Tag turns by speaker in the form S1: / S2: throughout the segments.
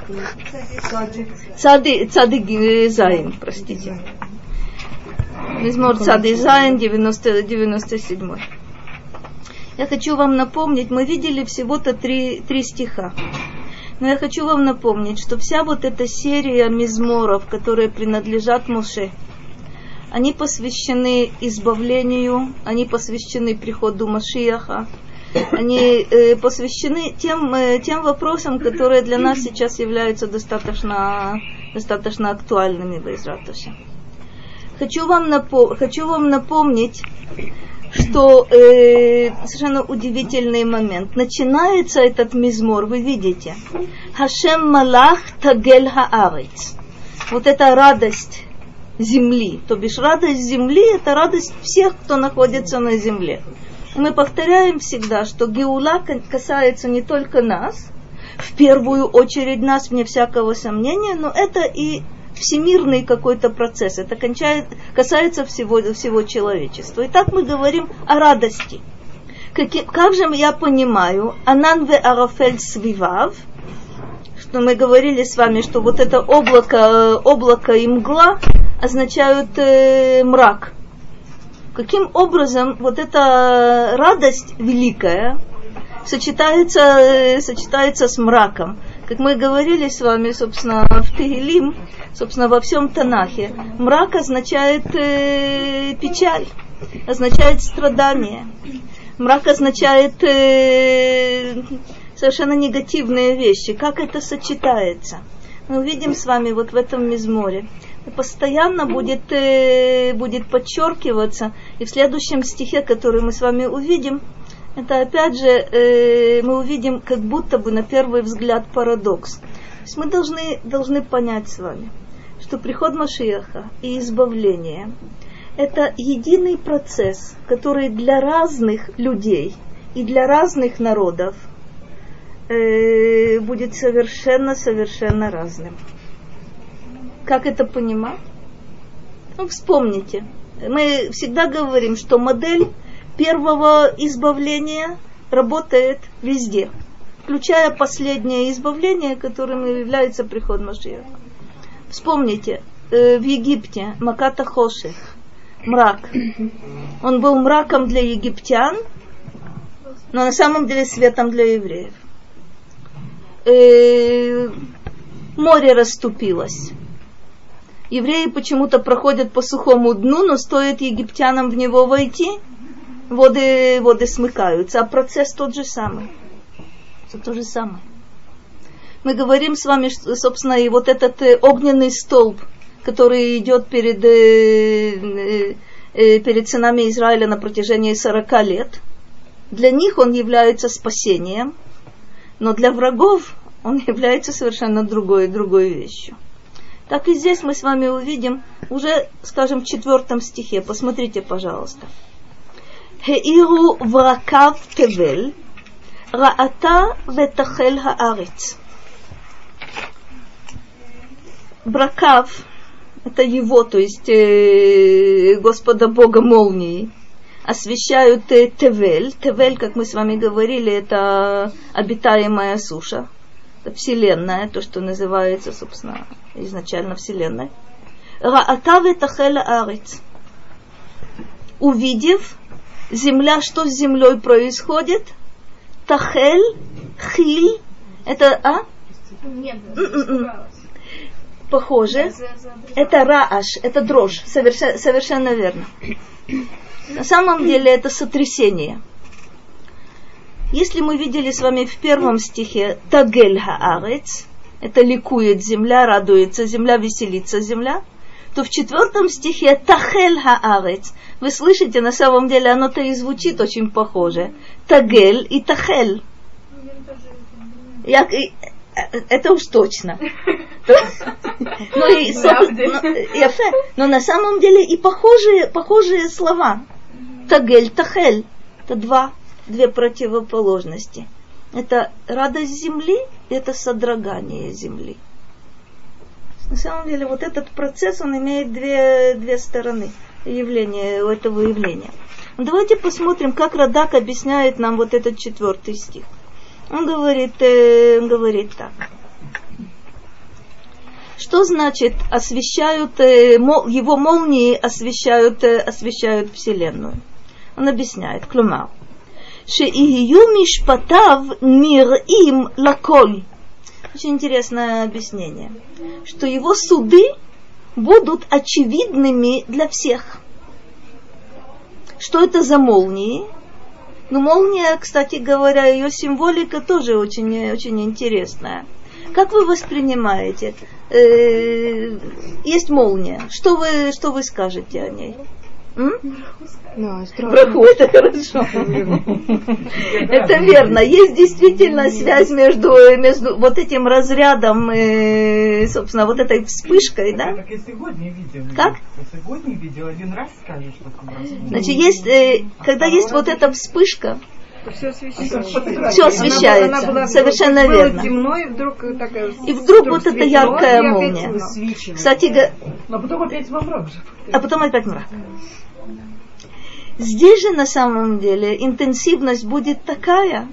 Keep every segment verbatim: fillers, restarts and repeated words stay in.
S1: Цади, цади Зайн, простите. Мизмор Цади Зайн, девяносто седьмой. Я хочу вам напомнить, мы видели всего-то три, три стиха. Но я хочу вам напомнить, что вся вот эта серия мизморов, которые принадлежат Моше, они посвящены избавлению, они посвящены приходу Машиаха, они э, посвящены тем, э, тем вопросам, которые для нас сейчас являются достаточно, достаточно актуальными в Израташе. Хочу вам, напом- хочу вам напомнить, что э, совершенно удивительный момент. Начинается этот мизмор, вы видите. Хашем малах тагель хаарец. Вот эта радость земли. То бишь радость земли – это радость всех, кто находится на земле. И мы повторяем всегда, что геула касается не только нас, в первую очередь нас, вне всякого сомнения, но это и всемирный какой-то процесс. Это касается всего, всего человечества. Итак, мы говорим о радости. Как, как же я понимаю, анан ве арафель свивав, что мы говорили с вами, что вот это облако, облако и мгла означают э, мрак. Каким образом вот эта радость великая сочетается, э, сочетается с мраком? Как мы говорили с вами, собственно, в Тегилим, собственно, во всем Танахе, мрак означает э, печаль, означает страдание. Мрак означает э, совершенно негативные вещи. Как это сочетается? Мы увидим с вами вот в этом мизморе. Постоянно будет, э, будет подчеркиваться, и в следующем стихе, который мы с вами увидим, это опять же э, мы увидим как будто бы на первый взгляд парадокс. То есть мы должны, должны понять с вами, что приход Машиаха и избавление – это единый процесс, который для разных людей и для разных народов э, будет совершенно-совершенно разным. Как это понимать? Ну, вспомните. Мы всегда говорим, что модель первого избавления работает везде, включая последнее избавление, которым является приход Машиаха. Вспомните, э, в Египте Маката Хошех, мрак. Он был мраком для египтян, но на самом деле светом для евреев. Э, море расступилось. Евреи почему-то проходят по сухому дну, но стоит египтянам в него войти, воды, воды смыкаются, а процесс тот же самый. Все то же самое. Мы говорим с вами, что, собственно, и вот этот э, огненный столб, который идет перед, э, э, перед сынами Израиля на протяжении сорока лет, для них он является спасением, но для врагов он является совершенно другой, другой вещью. Так и здесь мы с вами увидим уже, скажем, в четвертом стихе. Посмотрите, пожалуйста. Хеиру вракав тевель, раата ветахель хаарец. Бракав, это его, то есть э, Господа Бога молнии, освещают э, Тевель. Тевель, как мы с вами говорили, это обитаемая суша. Это Вселенная, то, что называется, собственно, изначально Вселенной. Раата ветахель хаарец. Увидев, земля, что с землей происходит? Тахель, хиль, это, а?
S2: Нет,
S1: похоже, это рааш, это дрожь, совершенно, совершенно верно. На самом деле это сотрясение. Если мы видели с вами в первом стихе «Тагель хаарец», это ликует земля, радуется земля, веселится земля, то в четвертом стихе «Тахель хаарец», вы слышите, на самом деле оно-то и звучит очень похоже. «Тагель» и «Тахель». Я, это уж точно. Но, и, но, но на самом деле и похожие, похожие слова. Тагель, тахель. Это два, две противоположности. Это радость земли, и это содрогание земли. На самом деле вот этот процесс, он имеет две, две стороны явления, у этого явления. Но давайте посмотрим, как Радак объясняет нам вот этот четвертый стих. Он говорит, э, он говорит так. Что значит освещают, его молнии освещают, освещают Вселенную? Он объясняет, клумар, шеию мишпатав нирим лаколь. Очень интересное объяснение, что его суды будут очевидными для всех. Что это за молнии? Ну, молния, кстати говоря, ее символика тоже очень, очень интересная. Как вы воспринимаете? Э, есть молния. Что вы, что вы скажете о ней?
S2: No,
S1: Браху, это хорошо. Это верно. Есть действительно связь между, между вот этим разрядом, э, собственно, вот этой вспышкой, да?
S3: Так я сегодня видела.
S1: Как?
S3: Я сегодня видела. Один раз скажешь, что это.
S1: Значит, есть, э, когда есть вот эта вспышка,
S2: все освещается.
S1: Все освещается. Она была, она была, совершенно
S2: было
S1: верно.
S2: Темно, и вдруг, такая,
S1: и вдруг, вдруг вот эта яркая молния. Кстати, га...
S3: а потом опять во мрак же.
S1: А потом опять мрак. Здесь же на самом деле интенсивность будет такая,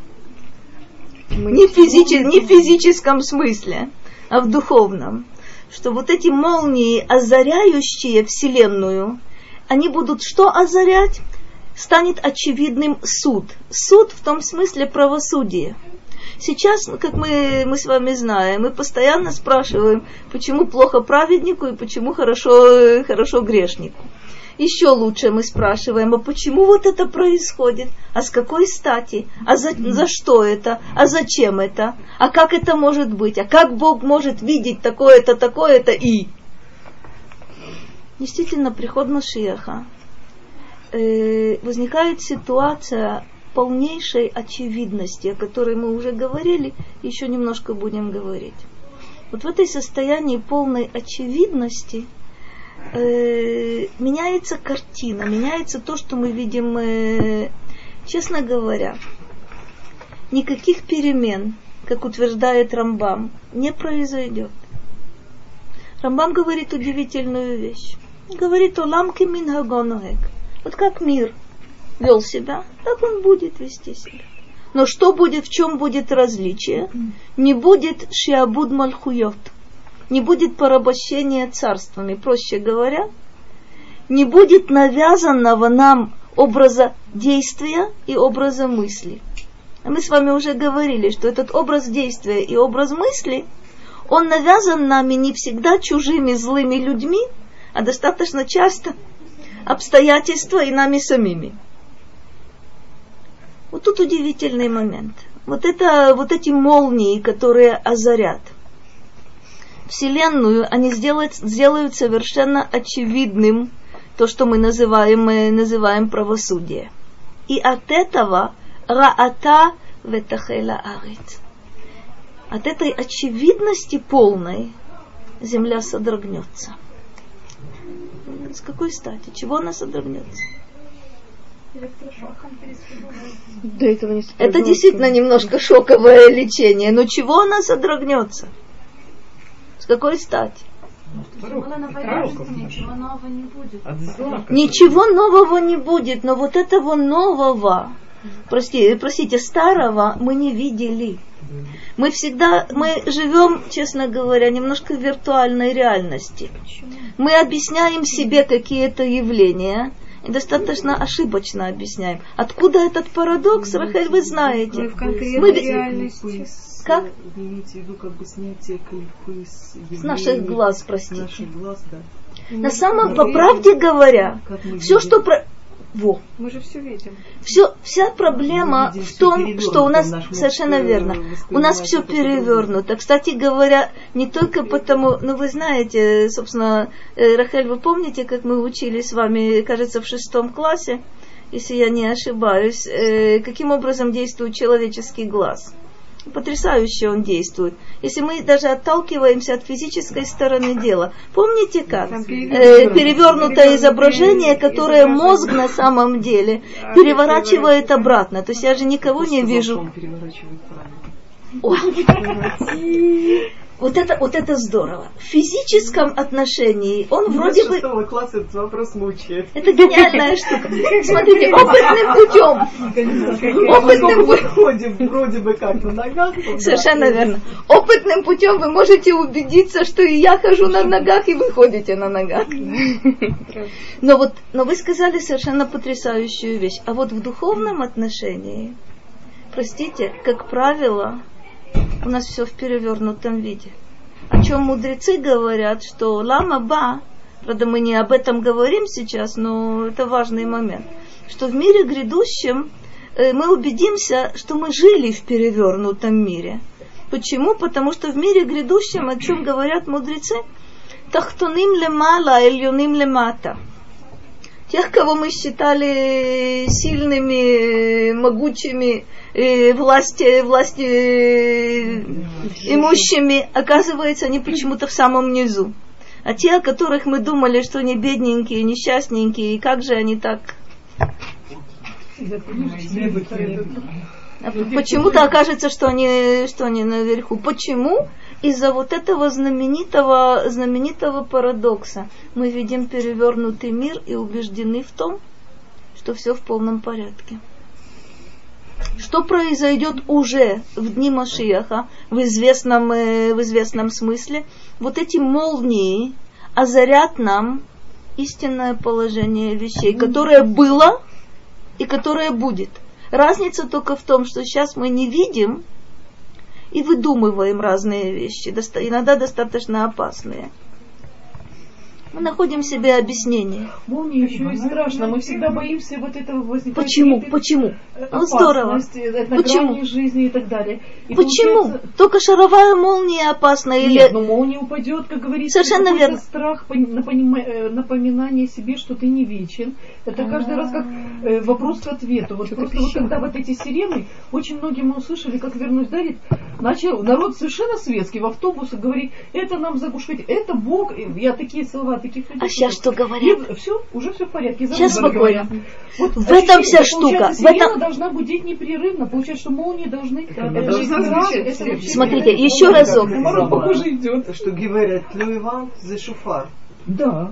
S1: не, физичес... не в физическом смысле, а в духовном, что вот эти молнии, озаряющие Вселенную, они будут что озарять? Станет очевидным суд. Суд в том смысле правосудие. Сейчас, как мы, мы с вами знаем, мы постоянно спрашиваем, почему плохо праведнику и почему хорошо, хорошо грешнику. Еще лучше мы спрашиваем, а почему вот это происходит? А с какой стати? А за, за что это? А зачем это? А как это может быть? А как Бог может видеть такое-то, такое-то и... Действительно, приход Машиаха. Э, возникает ситуация полнейшей очевидности, о которой мы уже говорили, еще немножко будем говорить. Вот в этой состоянии полной очевидности э, меняется картина, меняется то, что мы видим, э, честно говоря, никаких перемен, как утверждает Рамбам, не произойдет. Рамбам говорит удивительную вещь. Говорит «Олам кемин хагонуэг». Вот как мир вел себя, так он будет вести себя. Но что будет, в чем будет различие? Не будет шиабуд мальхуйот, не будет порабощения царствами. Проще говоря, не будет навязанного нам образа действия и образа мысли. А мы с вами уже говорили, что этот образ действия и образ мысли, он навязан нами не всегда чужими злыми людьми, а достаточно часто обстоятельства и нами самими. Вот тут удивительный момент. Вот, это, вот эти молнии, которые озарят Вселенную, они сделают, сделают совершенно очевидным то, что мы называем, мы называем правосудие. И от этого раата ветахела арит. От этой очевидности полной земля содрогнется. С какой стати? Чего она содрогнется?
S2: До этого не
S1: Это действительно немножко шоковое лечение. Но чего она содрогнется? С какой стати?
S4: Ничего нового не будет.
S1: Ничего нового не будет, но вот этого нового, простите, простите, старого мы не видели. Мы всегда, мы живем, честно говоря, немножко в виртуальной реальности. Мы объясняем себе какие-то явления и достаточно ошибочно объясняем. Откуда этот парадокс, Рахель, вы знаете?
S2: Мы в конкретной
S1: мы...
S2: реальности.
S1: Как?
S3: Вы имеете в виду как бы снятие клипы с явлений,
S1: с наших глаз, простите.
S3: С наших глаз, да.
S1: На самом, по правде говоря, все, что про... Во.
S2: Мы же все видим.
S1: Все, вся проблема в том, что у нас, совершенно верно, у нас все перевернуто. Кстати говоря, не только потому, ну вы знаете, собственно, Рахель, вы помните, как мы учили с вами, кажется, в шестом классе, если я не ошибаюсь, каким образом действует человеческий глаз. Потрясающе он действует. Если мы даже отталкиваемся от физической стороны дела. Помните как? Э, перевернутое изображение, которое мозг на самом деле переворачивает обратно. То есть я же никого не вижу. Вот это, вот это здорово. В физическом отношении он
S3: Меня
S1: вроде
S3: с
S1: бы...
S3: шестого класса этот вопрос мучает.
S1: Это гениальная штука. Смотрите, опытным путем. Опытным путем.
S3: Выходим вроде бы как на ногах.
S1: Совершенно верно. Опытным путем вы можете убедиться, что и я хожу на ногах, и вы ходите на ногах. Но вот, но вы сказали совершенно потрясающую вещь. А вот в духовном отношении, простите, как правило, у нас все в перевернутом виде. О чем мудрецы говорят, что лама ба, правда мы не об этом говорим сейчас, но это важный момент, что в мире грядущем э, мы убедимся, что мы жили в перевернутом мире. Почему? Потому что в мире грядущем, о чем говорят мудрецы, тахтоним лемала, эльюним лемата. Тех, кого мы считали сильными, могучими, э, власти, власти э, имущими, оказывается, они почему-то в самом низу. А те, о которых мы думали, что они бедненькие, несчастненькие, и как же они так... Почему-то окажется, что они, что они наверху. Почему? Из-за вот этого знаменитого, знаменитого парадокса. Мы видим перевернутый мир и убеждены в том, что все в полном порядке. Что произойдет уже в дни Машиаха, в известном, в известном смысле? Вот эти молнии озарят нам истинное положение вещей, которое было и которое будет. Разница только в том, что сейчас мы не видим и выдумываем разные вещи, иногда достаточно опасные. Мы находим себе объяснение.
S5: Молния еще и страшно. Мы всегда боимся вот этого возникновения.
S1: Почему? Почему? Ну, здорово.
S5: Почему? Жизни и так далее. И
S1: почему? Получается... Только шаровая молния опасна?
S5: Нет,
S1: или...
S5: но молния упадет, как говорится.
S1: Совершенно верно.
S5: Страх, напоминание себе, что ты не вечен. Это каждый раз как вопрос к ответу. Вот просто вот когда вот эти сирены, очень многие мы услышали, как вернусь дарит, начал народ совершенно светский в автобусах говорит, это нам заглушить, это Бог. Я такие слова, таких людей.
S1: А сейчас что говорят?
S5: Все, уже все в порядке.
S1: Сейчас спокойно.
S5: Вот
S1: в этом вся штука.
S5: В этом должна гудеть непрерывно. Получается, что молнии должны...
S1: Смотрите, еще разок.
S3: Что говорят, Леван за шофар.
S5: Да.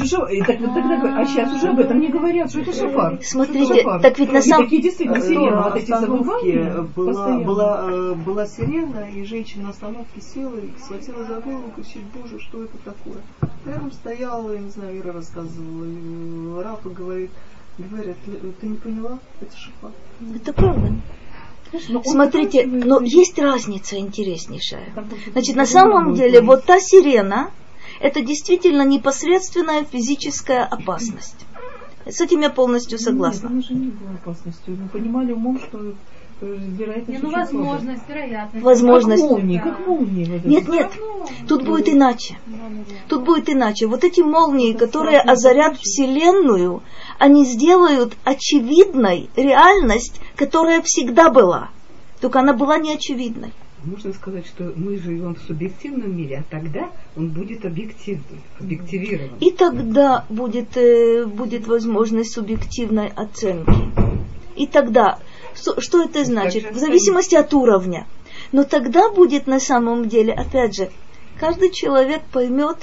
S5: А сейчас уже об этом не говорят, что это шофар.
S1: Смотрите, так ведь на самом
S5: деле... действительно сирены, вот эти забывания
S3: была, была, была сирена, и женщина на остановке села и схватила за голову, кричит, Боже, что это такое? Рядом стояла, я не знаю, Ира рассказывала, Рафа говорит, говорят, ты не поняла? Это шофар.
S1: Это правда. Но смотрите, но есть разница интереснейшая. Значит, на самом деле, вот та сирена, это действительно непосредственная физическая опасность. С этим я полностью согласна.
S5: Нет, она же не была опасностью. Мы понимали умом, что вероятность...
S4: Ну, возможность, вероятность.
S1: Возможность.
S5: Как молнии, как молнии.
S1: Нет, нет, тут будет иначе. Тут будет иначе. Вот эти молнии, которые озарят Вселенную, они сделают очевидной реальность, которая всегда была. Только она была неочевидной.
S6: Можно сказать, что мы живем в субъективном мире, а тогда он будет объективным, объективирован.
S1: И тогда будет, э, будет возможность субъективной оценки. И тогда, что, что это значит? В зависимости от уровня. Но тогда будет на самом деле, опять же, каждый человек поймет,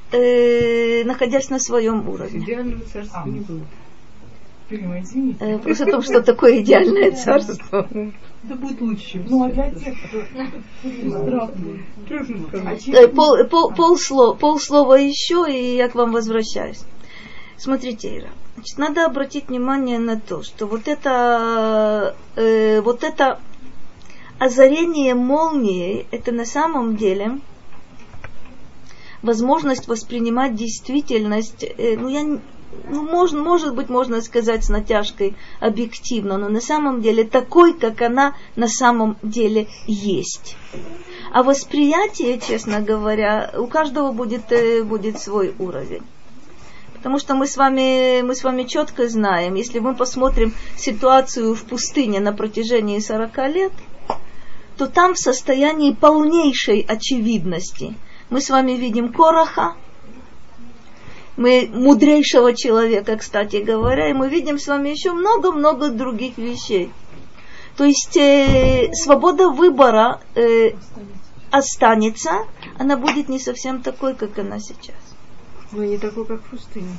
S1: э, находясь на своем уровне.
S6: Идеального царства не было.
S1: Э, вопрос о том, что такое идеальное царство.
S3: Это будет лучше.
S5: Ну, а для тех, кто
S1: пол, пол, полслова, полслова еще, и я к вам возвращаюсь. Смотрите, Ира, значит, надо обратить внимание на то, что вот это, э, вот это озарение молнией, это на самом деле возможность воспринимать действительность, э, ну, я Ну, можно, может быть, можно сказать с натяжкой объективно, но на самом деле такой, как она на самом деле есть. А восприятие, честно говоря, у каждого будет, будет свой уровень. Потому что мы с вами, мы с вами четко знаем, если мы посмотрим ситуацию в пустыне на протяжении сорока лет, то там в состоянии полнейшей очевидности мы с вами видим Кораха, мы мудрейшего человека, кстати говоря, и мы видим с вами еще много-много других вещей. То есть э, свобода выбора э, останется, она будет не совсем такой, как она сейчас.
S2: Но не такой, как в пустыне.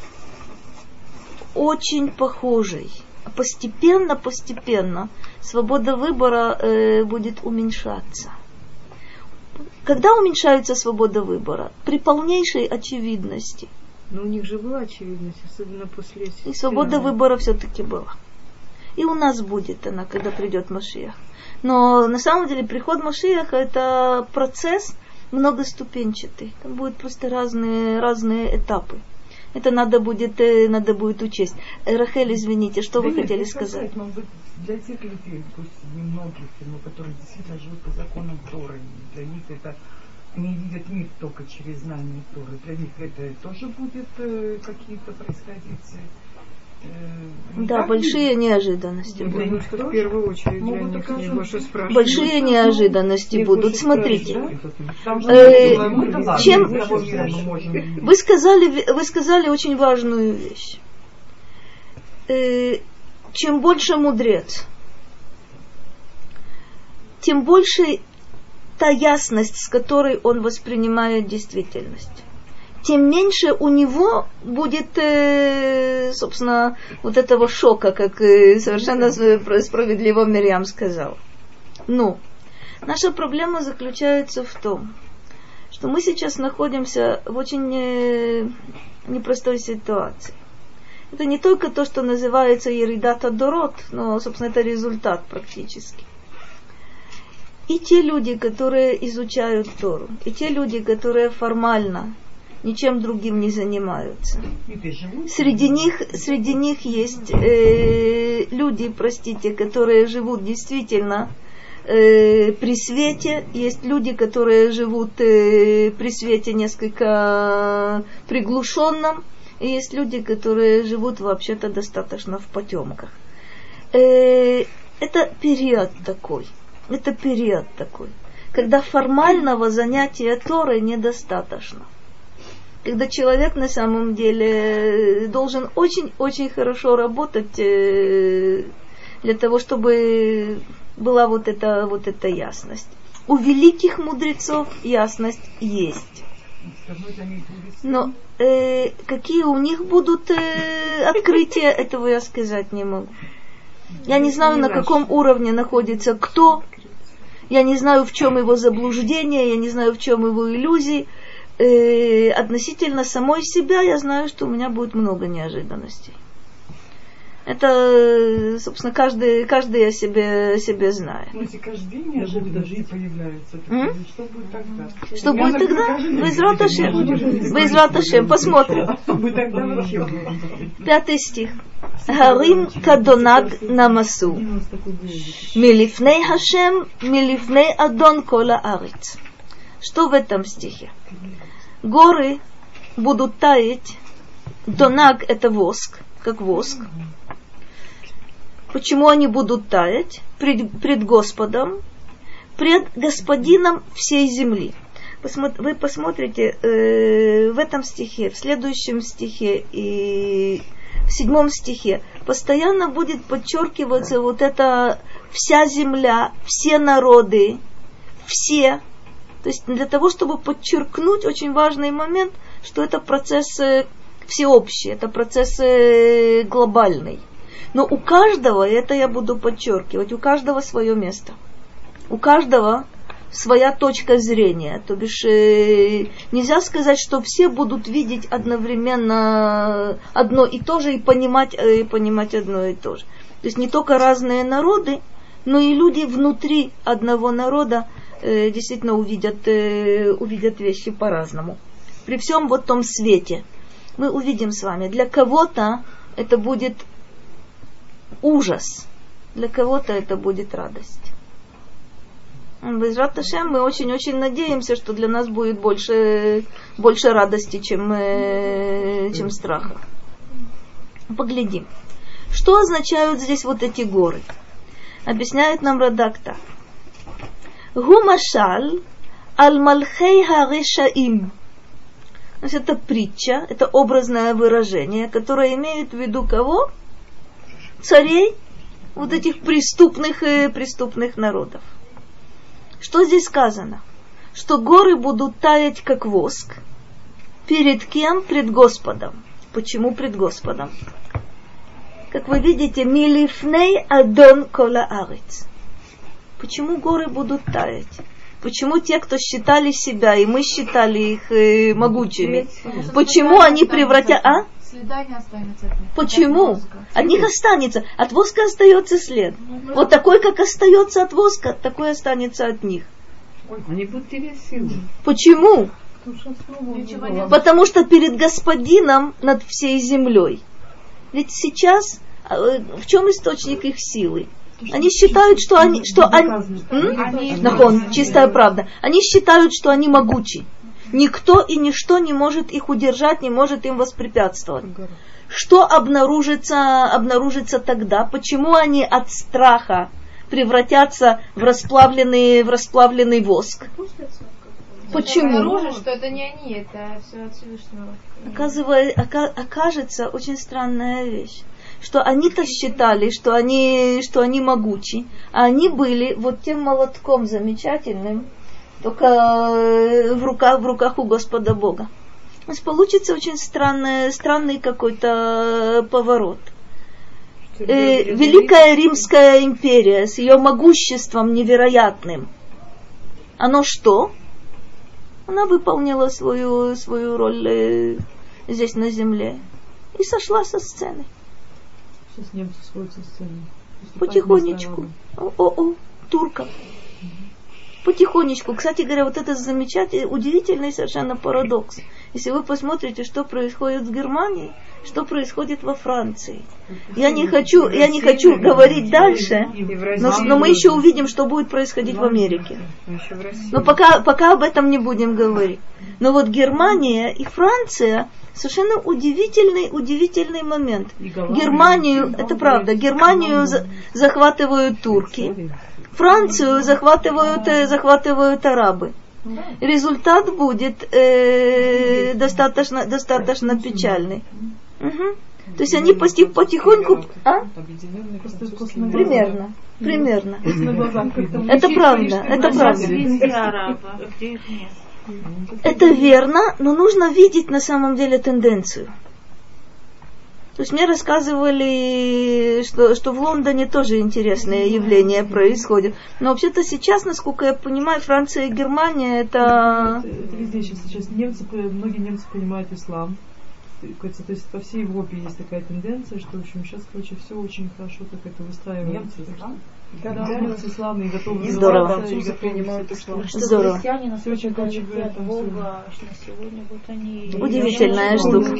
S1: Очень похожей. Постепенно, постепенно свобода выбора э, будет уменьшаться. Когда уменьшается свобода выбора? При полнейшей очевидности.
S2: Но у них же была очевидность, особенно после...
S1: И свобода выбора все-таки была. И у нас будет она, когда придет Машиах. Но на самом деле приход Машиаха — это процесс многоступенчатый. Там будут просто разные, разные этапы. Это надо будет, надо будет учесть. Рахель, извините, что да вы нет, хотели сказать?
S7: Может быть, для тех людей, пусть немногих, но которые действительно живут по законам Торы, для них это не видят мир только через знание Торы. Для них это тоже будет э, какие-то происходить. Э,
S1: да, большие
S7: не...
S1: неожиданности
S2: для
S1: будут.
S2: них в первую очередь для них не больше спрашивают.
S1: Большие неожиданности
S2: не
S1: будут. Смотрите,
S7: да?
S1: э, э, чем вы сказали, вы сказали очень важную вещь. Э, чем больше мудрец, тем больше та ясность, с которой он воспринимает действительность, тем меньше у него будет, э, собственно, вот этого шока, как э, совершенно справедливо Мирьям сказал. Но наша проблема заключается в том, что мы сейчас находимся в очень э, непростой ситуации. Это не только то, что называется еридат адорот, но, собственно, это результат практически. И те люди, которые изучают Тору, и те люди, которые формально ничем другим не занимаются. Среди них, среди них есть э, люди, простите, которые живут действительно э, при свете, есть люди, которые живут э, при свете несколько приглушенном, и есть люди, которые живут вообще-то достаточно в потемках. Э, это период такой. Это период такой, когда формального занятия Торой недостаточно. Когда человек на самом деле должен очень-очень хорошо работать для того, чтобы была вот эта, вот эта ясность. У великих мудрецов ясность есть. Но э, какие у них будут э, открытия, этого я сказать не могу. Я не знаю, на каком уровне находится кто. Я не знаю, в чем его заблуждение, я не знаю, в чем его иллюзии. Э, относительно самой себя я знаю, что у меня будет много неожиданностей. Это, собственно, каждый, каждый о себе, о себе знает.
S7: Ну, если каждый день неожиданности появляются, то
S1: М?
S7: что будет тогда?
S1: Что будет тогда? Безрат Ашем. Безрат Ашем. Посмотрим.
S7: Что будет тогда вообще?
S1: Пятый стих. Гарим кадонаг намасу. Милифней Хашем, милифней Адон кола арец. Что в этом стихе? Горы будут таять. Донаг — это воск, как воск. Почему они будут таять? Пред, пред Господом, пред Господином всей земли. Посмотр, вы посмотрите, э, в этом стихе, в следующем стихе и в седьмом стихе постоянно будет подчеркиваться вот эта вся земля, все народы, все. То есть для того, чтобы подчеркнуть очень важный момент, что это процесс всеобщий, это процесс глобальный. Но у каждого, это я буду подчеркивать, у каждого свое место. У каждого своя точка зрения. То бишь э, нельзя сказать, что все будут видеть одновременно одно и то же и понимать, э, понимать одно и то же. То есть не только разные народы, но и люди внутри одного народа э, действительно увидят, э, увидят вещи по-разному. При всем вот том свете мы увидим с вами, для кого-то это будет ужас, для кого-то это будет радость. Безрат Ашем, мы очень-очень надеемся, что для нас будет больше, больше радости, чем, чем страха. Поглядим. Что означают здесь вот эти горы? Объясняет нам Радак так. Гу машаль аль малхей харишаим. Это притча, это образное выражение, которое имеет в виду кого? Царей вот этих преступных, преступных народов. Что здесь сказано? что горы будут таять, как воск. Перед кем? Пред Господом. Почему пред Господом? Как вы видите, милифней адон кола арец. Почему горы будут таять? Почему те, кто считали себя, и мы считали их э, могучими,
S4: Потому
S1: почему они превратят... А?
S4: Следа не останется от них.
S1: Почему?
S4: От,
S1: от них останется. От воска остается след. Ну, вот такой, как остается от воска, такой останется от них.
S6: Они будут терять силу.
S1: Почему?
S5: Потому,
S1: Потому что перед Господином над всей землей. Ведь сейчас в чем источник их силы? Они считают, что они... Что они, они Нахон, чистая правда. Они считают, что они могучи. Никто и ничто не может их удержать, не может им воспрепятствовать. Что обнаружится, обнаружится тогда? Почему они от страха превратятся в расплавленный, в расплавленный воск? Почему?
S4: Обнаружишь, что это не они, это все от Всевышнего.
S1: Оказывается, окажется очень странная вещь, что они-то считали, что они, что они могучи, а они были вот тем молотком замечательным, только в руках, в руках у Господа Бога. То есть получится очень странный, странный какой-то поворот. Э, Великая Римская империя с ее могуществом невероятным, оно что? Она выполнила свою, свою роль э, здесь на земле и сошла со сцены.
S5: Сейчас немцы сходят со сцены.
S1: Потихонечку. О-о-о, турков. Потихонечку. Кстати говоря, вот это замечательный, удивительный совершенно парадокс. Если вы посмотрите, что происходит в Германии, что происходит во Франции. Я не хочу, я не хочу говорить дальше, но, но мы еще увидим, что будет происходить в Америке. Но пока, пока об этом не будем говорить. Но вот Германия и Франция совершенно удивительный, удивительный момент. Германию, это правда, Германию за, захватывают турки. Францию захватывают, э, захватывают арабы. Результат будет э, достаточно, достаточно печальный. Угу. То есть они потих, потихоньку... А? Примерно. Примерно. Это правда. Это правда. Это верно, но нужно видеть на самом деле тенденцию. То есть мне рассказывали, что, что в Лондоне тоже интересные явления происходят. Но вообще-то сейчас, насколько я понимаю, Франция и Германия это...
S5: Это, это везде сейчас. Сейчас немцы, многие немцы понимают ислам. То есть по всей Европе есть такая тенденция, что в общем сейчас, короче, все очень хорошо как это выстраивается. Немцы ислам? Да, да, немцы ислам и готовы.
S1: Здорово.
S5: И принимают ислам.
S1: Здорово.
S8: Христиане настолько далеки от Бога, что на сегодня вот они...
S1: Удивительная штука.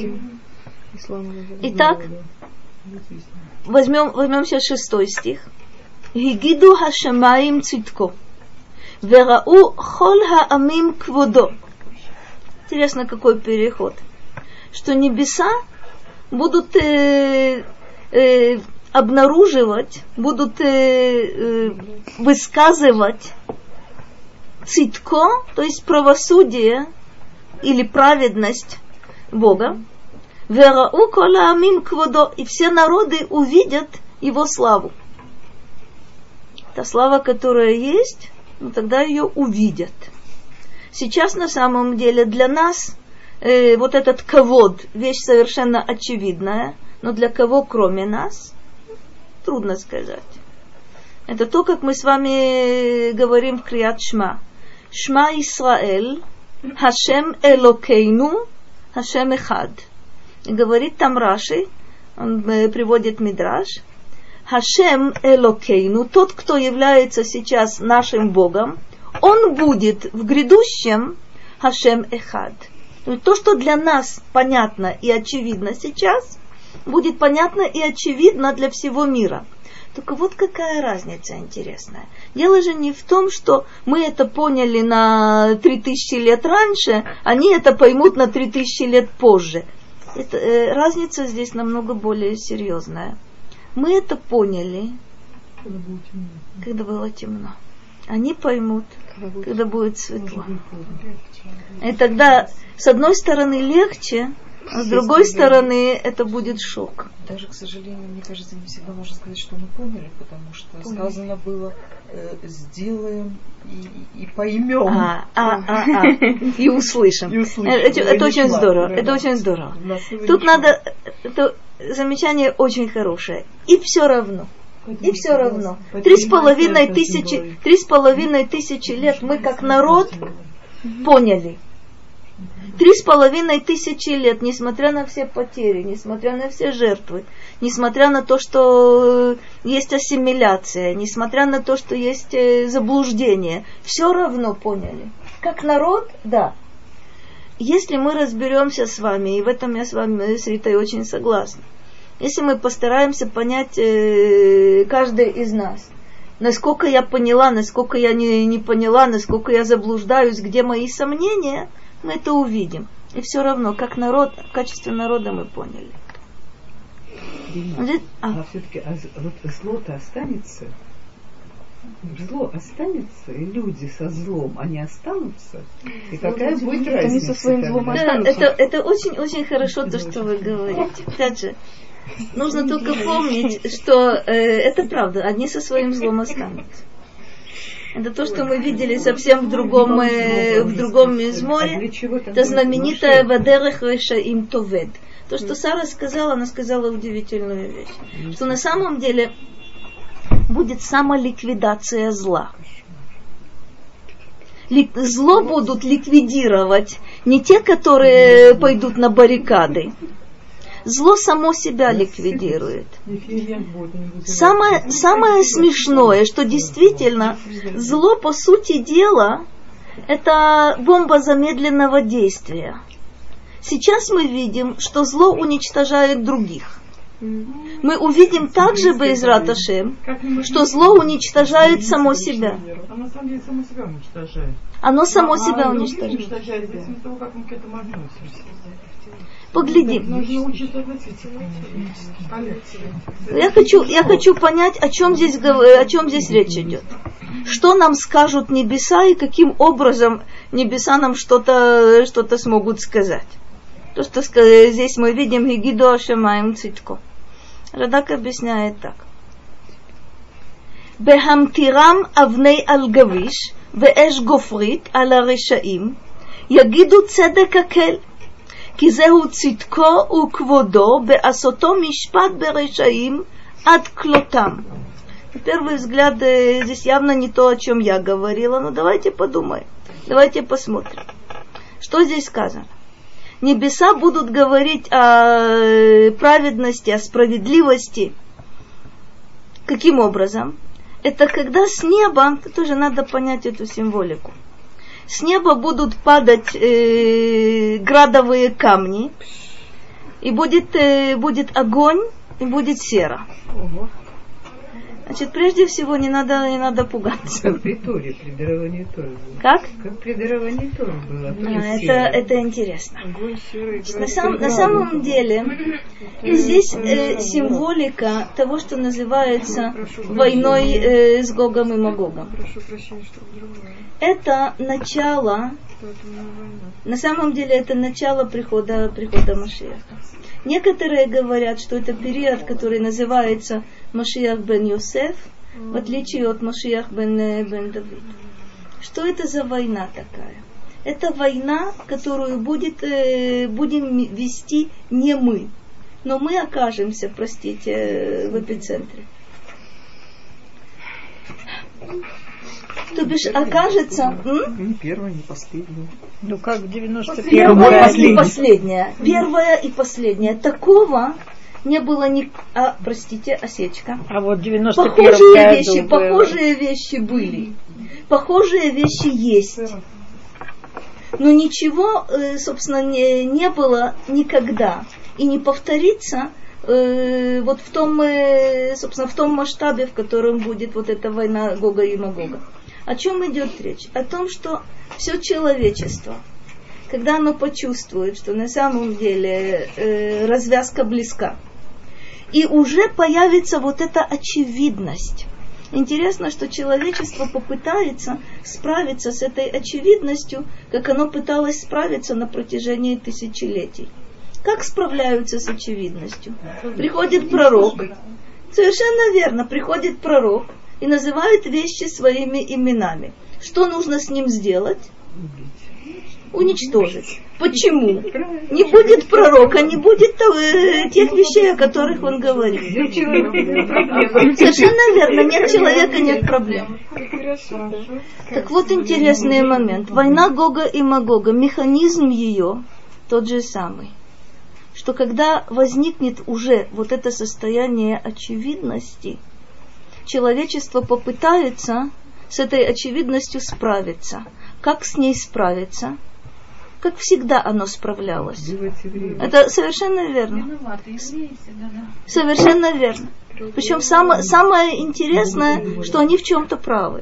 S1: Итак, возьмем, возьмем сейчас шестой стих. Гигиду хашамаим цитко, верау хол хаамим кводо. Интересно, какой переход. Что небеса будут э, э, обнаруживать, будут э, э, высказывать цитко, то есть правосудие или праведность Бога. Верау кола амим кводо, и все народы увидят его славу. Та слава, которая есть, ну, тогда ее увидят. Сейчас на самом деле для нас э, вот этот кавод, вещь совершенно очевидная, но для кого кроме нас, трудно сказать. Это то, как мы с вами говорим в Крият Шма. Шма Исраэль, Хашем Элокейну, Хашем Эхад. Говорит там Раши, он приводит Мидраш, Хашем Элокейну, тот, кто является сейчас нашим Богом, он будет в грядущем Хашем Эхад. То, что для нас понятно и очевидно сейчас, будет понятно и очевидно для всего мира. Только вот какая разница интересная. Дело же не в том, что мы это поняли на три тысячи лет раньше, они это поймут на три тысячи лет позже. Это, э, разница здесь намного более серьезная. Мы это поняли,
S5: когда было темно.
S1: Когда было темно. Они поймут, когда будет светло. И тогда, с одной стороны, легче, А с другой стороны, это будет шок.
S9: Даже, к сожалению, мне кажется, не всегда можно сказать, что мы поняли, потому что поняли. Сказано было э, сделаем и, и поймем.
S1: А, а, а, а. И услышим. И услышим. Это, это очень шла, здорово. Да, это да. очень здорово. Тут надо, это замечание очень хорошее. И все равно. И все равно. Три с половиной тысячи, три с половиной тысячи лет мы как народ поняли. Три с половиной тысячи лет, несмотря на все потери, несмотря на все жертвы, несмотря на то, что есть ассимиляция, несмотря на то, что есть заблуждение, все равно поняли. Как народ, да. Если мы разберемся с вами, и в этом я с вами, с Ритой, очень согласна, если мы постараемся понять, э, каждый из нас, насколько я поняла, насколько я не, не поняла, насколько я заблуждаюсь, где мои сомнения, мы это увидим. И все равно, как народ, в качестве народа мы поняли.
S6: Дина, а, а все-таки а, вот зло-то останется? Зло останется, и люди со злом, они останутся? И зло, какая будет разница? Они со своим злом
S1: да, это, это очень-очень хорошо, то, что вы говорите. Опять же, нужно только помнить, что э, это правда, одни со своим злом останутся. Это то, что мы видели совсем в другом, э, в другом мизморе. Это знаменитая «Вадерех решаим товед». То, что Сара сказала, она сказала удивительную вещь. Что на самом деле будет самоликвидация зла. Зло будут ликвидировать не те, которые пойдут на баррикады. Зло само себя ликвидирует. Самое, самое смешное, что действительно зло, по сути дела, это бомба замедленного действия. Сейчас мы видим, что зло уничтожает других. Мы увидим также, Бе'эзрат Ашем, что зло уничтожает само себя.
S7: Оно на самом деле само себя уничтожает.
S1: Оно само себя уничтожает. Поглядим. Я хочу, я хочу понять, о чем здесь, о чем здесь речь идет. Что нам скажут небеса и каким образом небеса нам что-то, что-то смогут сказать. То, что здесь мы видим Гигидо Ашемаим Цитко. Радак объясняет так. Бехамтирам авней аль-гавиш веэш гофрит аля решаим ягиду цедек акел כי זהו צדקו וכבודו בעשותו משפט ברשעים עד כלותם. На первый взгляд, здесь явно не то, о чем я говорила, но давайте подумаем, давайте посмотрим. Что здесь сказано? Небеса будут говорить о праведности, о справедливости. Каким образом? Это когда с неба, тоже надо понять эту символику, с неба будут падать э, градовые камни, и будет, э, будет огонь, и будет сера. Ого. Значит, прежде всего, не надо, не надо пугаться.
S6: Как при Торе, при даровании Торы было.
S1: Как?
S6: Как при даровании Торы было.
S1: А, это, это интересно. На, сам, на самом деле, здесь э, символика того, что называется войной э, с Гогом и Магогом. Это начало, на самом деле, это начало прихода, прихода Машиаха. Некоторые говорят, что это период, который называется Машиах бен Йосеф, в отличие от Машиах бен, бен Давид. Что это за война такая? Это война, которую будет, э, будем вести не мы, но мы окажемся, простите, в эпицентре. То бишь окажется...
S3: Не первая, не последняя.
S5: Ну как в девяносто
S1: первом Первая и последняя. Первая и последняя. Такого не было ни... А, простите, осечка.
S5: А вот девяносто первом
S1: похожие вещи, было. Похожие вещи были. Похожие вещи есть. Но ничего, собственно, не, не было никогда. И не повторится э, вот в том, э, собственно, в том масштабе, в котором будет вот эта война Гога и Магога. О чем идет речь? О том, что все человечество, когда оно почувствует, что на самом деле э, развязка близка, и уже появится вот эта очевидность. Интересно, что человечество попытается справиться с этой очевидностью, как оно пыталось справиться на протяжении тысячелетий. Как справляются с очевидностью? Приходит пророк, совершенно верно, приходит пророк и называет вещи своими именами. Что нужно с ним сделать? Уничтожить. Почему? Не будет пророка, не будет э, тех вещей, о которых он говорит. Совершенно верно, нет человека, нет проблем. Так вот интересный момент. Война Гога и Магога, механизм ее тот же самый. Что когда возникнет уже вот это состояние очевидности, человечество попытается с этой очевидностью справиться. Как с ней справиться? Как всегда оно справлялось. Это совершенно верно. Совершенно верно. Причем самое, самое интересное, что они в чем-то правы.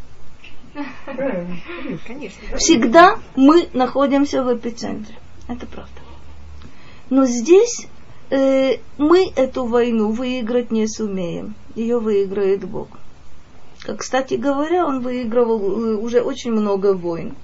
S1: Всегда мы находимся в эпицентре. Это правда. Но здесь э, мы эту войну выиграть не сумеем. Ее выиграет Бог. Как, кстати говоря, он выигрывал уже очень много войн.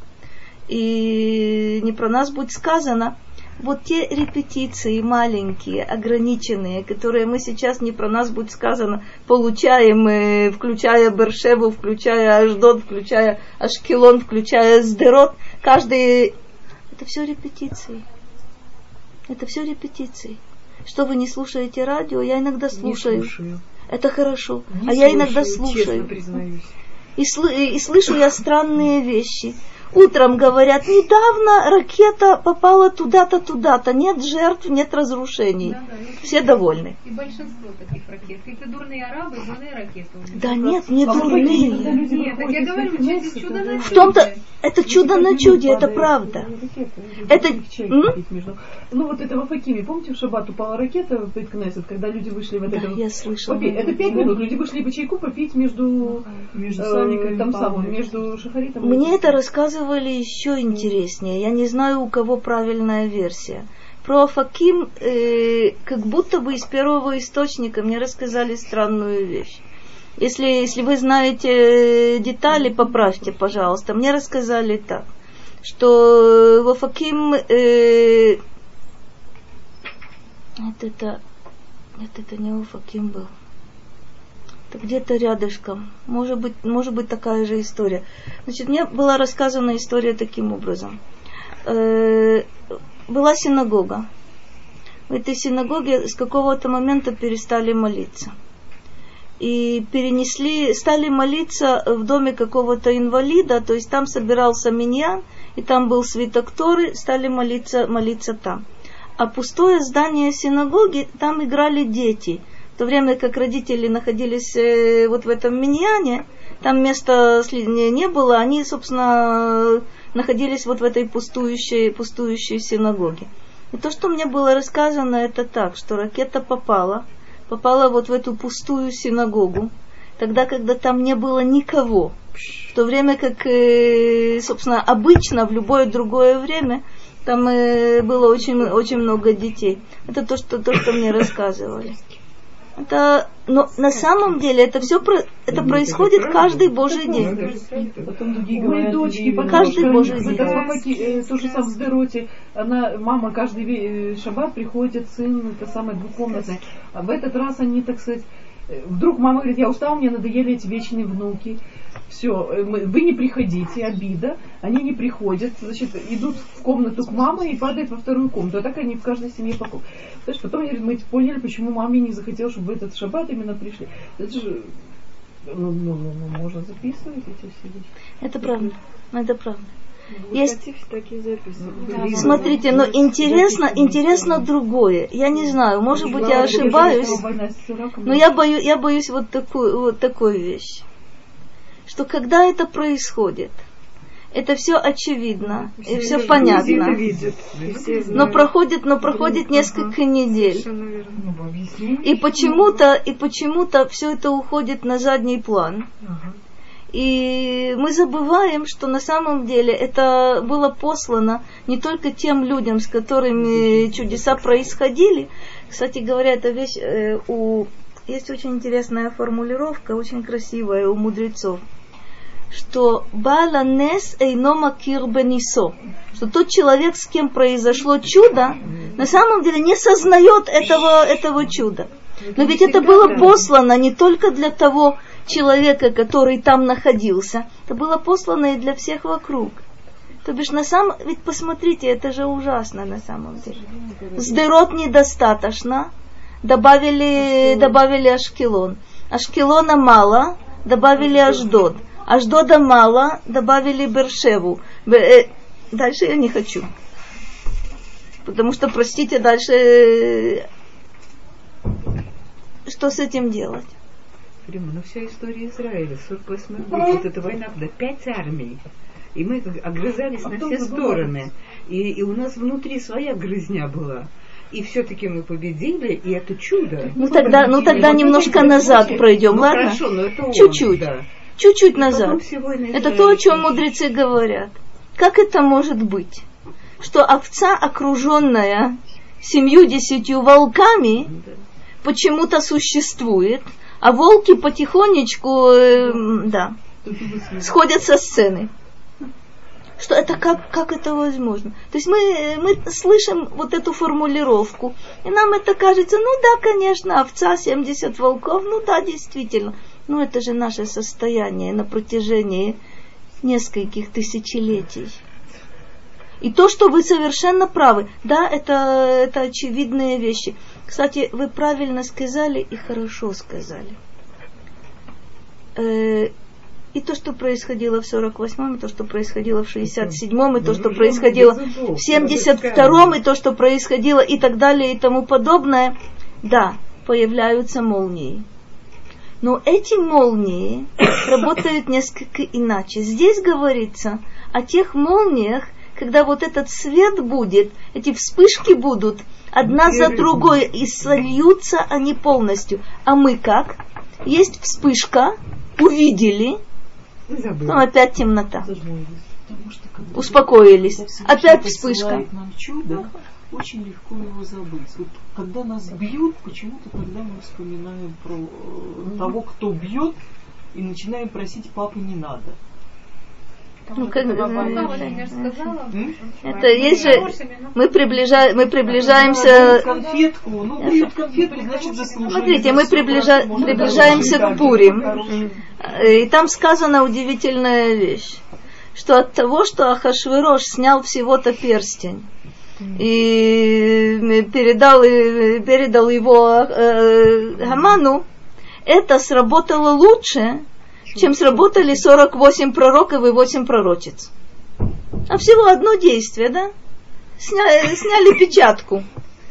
S1: И не про нас будет сказано, вот те репетиции маленькие, ограниченные, которые мы сейчас, не про нас будет сказано, получаем, включая Бершеву, включая Ашдод, включая Ашкелон, включая Сдерот, каждый... Это все репетиции. Это все репетиции. Что вы не слушаете радио, я иногда слушаю. слушаю. Это хорошо. Не а слушаю, я иногда слушаю. И, сл- и слышу я странные вещи. Утром говорят, недавно ракета попала туда-то, туда-то. Нет жертв, нет разрушений. Да, да, все довольны.
S4: И большинство таких ракет. Какие-то дурные арабы, дурные ракеты.
S1: Да нет, не дурные.
S4: Нет, так я говорю, чудо, чудо на чуде.
S1: В том-то, это чудо на чуде, это правда. Это...
S5: Ну вот это в Афакиме, помните, в шаббат упала ракета в Бейт-Кнессет, когда люди вышли в это...
S1: Да, я слышала.
S5: Это пять минут, люди вышли по чайку попить между... Между э, там самым, между Шахаритом.
S1: Мне это рассказывали еще интереснее. Я не знаю, у кого правильная версия. Про Афаким, э, как будто бы из первого источника мне рассказали странную вещь. Если, если вы знаете детали, поправьте, пожалуйста. Мне рассказали так, что в Афаким... Э, нет, это... Нет, это не Уфаким был. Это где-то рядышком. Может быть, может быть такая же история. Значит, мне была рассказана история таким образом. Э, была синагога. В этой синагоге с какого-то момента перестали молиться. И перенесли, стали молиться в доме какого-то инвалида, то есть там собирался миньян, и там был свиток Торы, стали молиться, молиться там. А пустое здание синагоги, там играли дети. В то время как родители находились э, вот в этом миньяне, там места не было, они, собственно, находились вот в этой пустующей, пустующей синагоге. И то, что мне было рассказано, это так, что ракета попала, попала вот в эту пустую синагогу, тогда, когда там не было никого. В то время как, э, собственно, обычно в любое другое время там э, было очень, очень много детей. Это то, что, то, что мне рассказывали. Это, но на самом деле это все про, это происходит каждый Божий день.
S5: Мои дочки,
S1: каждый Божий день.
S5: То же самое в Сдероте. Она, мама каждый шаббат приходит, сын, это самое двухкомнатное. А в этот раз они, так сказать, вдруг мама говорит, я устала, мне надоели эти вечные внуки. Все, вы не приходите, обида. Они не приходят, значит, идут в комнату к маме и падают во вторую комнату. А так они в каждой семье покупают. Знаешь, потом они говорят, мы поняли, почему маме не захотела, чтобы в этот шаббат именно пришли. Это же, ну, ну, ну, ну можно записывать эти все вещи.
S1: Это правда, это правда.
S2: Вы
S1: Есть
S2: такие записи.
S1: Да. Смотрите, но интересно, интересно другое. Я не знаю, может быть, я ошибаюсь, но я боюсь, я боюсь вот такую, вот такую вещь. Что когда это происходит, это все очевидно, все и все понятно. Но проходит, но проходит несколько недель. И почему-то, и почему-то все это уходит на задний план. И мы забываем, что на самом деле это было послано не только тем людям, с которыми чудеса происходили. Кстати говоря, эта вещь э, у... есть очень интересная формулировка, очень красивая у мудрецов, что «Баала нес эйно макир бенисо», что тот человек, с кем произошло чудо, на самом деле не сознает этого, этого чуда. Но ведь это было послано не только для того человека, который там находился, это было послано и для всех вокруг. То бишь, на самом, ведь посмотрите, это же ужасно на самом деле. Сдерот недостаточно, добавили, добавили Ашкелон. Ашкелона мало, добавили Ашдод. Ашдода мало, добавили Бершеву. Дальше я не хочу. Потому что, простите, дальше что с этим делать?
S6: Прямо, ну вся история Израиля, сорок восьмой год, вот эта война, когда пять армий, и мы огрызались а на все стороны, и, и у нас внутри своя грызня была. И все-таки мы победили, и это чудо.
S1: Ну тогда, ну тогда немножко назад пройдем, ну, ладно?
S6: Хорошо, но это он,
S1: чуть-чуть,
S6: да.
S1: чуть-чуть и назад. Это то, о чем мудрецы говорят. Как это может быть, что овца, окруженная семью-десятью волками, да, почему-то существует, а волки потихонечку, э, да, сходят со сцены. Что это, как, как это возможно? То есть мы, мы слышим вот эту формулировку, и нам это кажется, ну да, конечно, овца, семьдесят волков, ну да, действительно. Но это же наше состояние на протяжении нескольких тысячелетий. И то, что вы совершенно правы, да, это, это очевидные вещи. Кстати, вы правильно сказали и хорошо сказали. Э, и то, что происходило в сорок восьмом, и то, что происходило в шестьдесят седьмом, и то, что происходило в семьдесят втором, и то, что происходило и так далее, и тому подобное, да, появляются молнии. Но эти молнии работают несколько иначе. Здесь говорится о тех молниях, когда вот этот свет будет, эти вспышки будут одна за другой, и сольются они полностью. А мы как? Есть вспышка, увидели, ну опять темнота. Успокоились. Опять вспышка.
S3: Нам чудо, очень легко его забыть. Вот когда нас бьют, почему-то тогда мы вспоминаем про mm-hmm. того, кто бьет, и начинаем просить: папы, не надо.
S1: Ну, как, это есть же, мы, приближа, мы приближаемся...
S3: Конфетку, ну, бьют конфетку, значит, заслужили.
S1: Смотрите, мы приближа, приближаемся к Пурим, и там сказана удивительная вещь, что от того, что Ахашвирош снял всего-то перстень, и передал, передал его э, Хаману, это сработало лучше, чем сработали сорок восемь пророков и восемь пророчиц. А всего одно действие, да? Сняли, сняли печатку.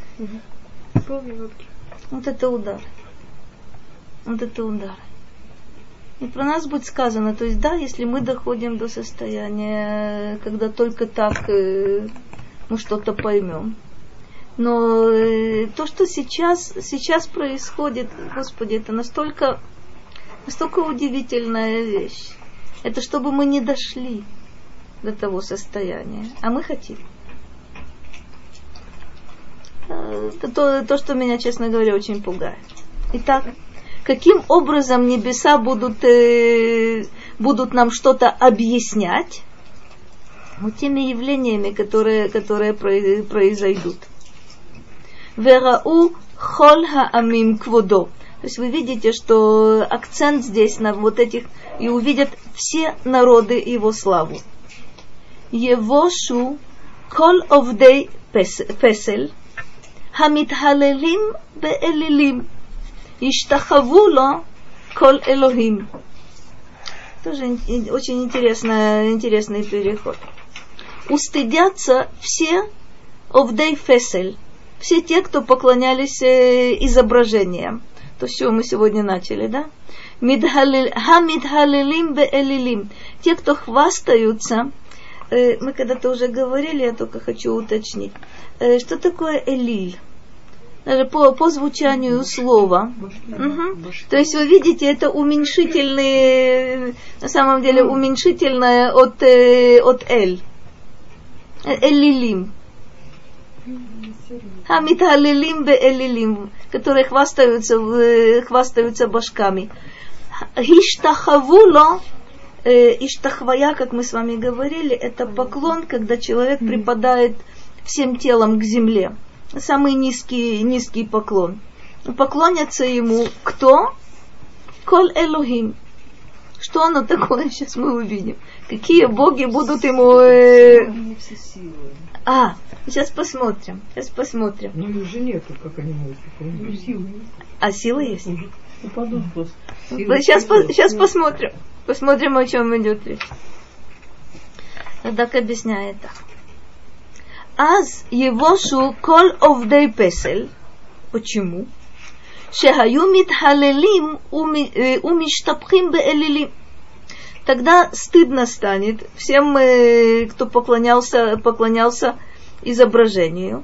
S1: Вот это удар. Вот это удар. И про нас будет сказано, то есть да, если мы доходим до состояния, когда только так э, мы что-то поймем. Но э, то, что сейчас, сейчас происходит, Господи, это настолько... Настолько удивительная вещь. Это чтобы мы не дошли до того состояния. А мы хотим. Это то, то, что меня, честно говоря, очень пугает. Итак, каким образом небеса будут, э, будут нам что-то объяснять? Вот теми явлениями, которые, которые произойдут. Верау хол хаамим кводо. То есть вы видите, что акцент здесь на вот этих, и увидят все народы его славу. Евошу кол овдей песель, хамит халелим беэлилим, иштахавуло кол элохим. Тоже очень интересный, интересный переход. Устыдятся все овдей фесель, все те, кто поклонялись изображениям. То, с чего мы сегодня начали, да? Хамидхалилим беэлилим. Те, кто хвастаются, э, мы когда-то уже говорили, я только хочу уточнить, э, что такое элиль? Даже по, по звучанию слова. Угу. То есть вы видите, это уменьшительные, на самом деле уменьшительное от, э, от эль. Элилим. Хамидхалилим беэлилим, которые хвастаются, хвастаются башками. Иштахавуло, иштахвая, как мы с вами говорили, это поклон, когда человек припадает всем телом к земле. самый низкий, низкий поклон. Поклонятся ему кто? Коль Элохим. Что оно такое? Сейчас мы увидим. Какие боги будут ему... Э... А, сейчас посмотрим. Сейчас посмотрим.
S6: Ну, их же нету, как они могут. Силы.
S1: А сила есть?
S3: Упадут просто.
S1: Сейчас, по, сейчас посмотрим. Посмотрим, о чем идет речь. Радак объясняет так. Аз евошу кол овдей песель. Почему? Шехаю митхалелим умиштапхим беэлилим. Тогда стыдно станет всем, кто поклонялся, поклонялся изображению,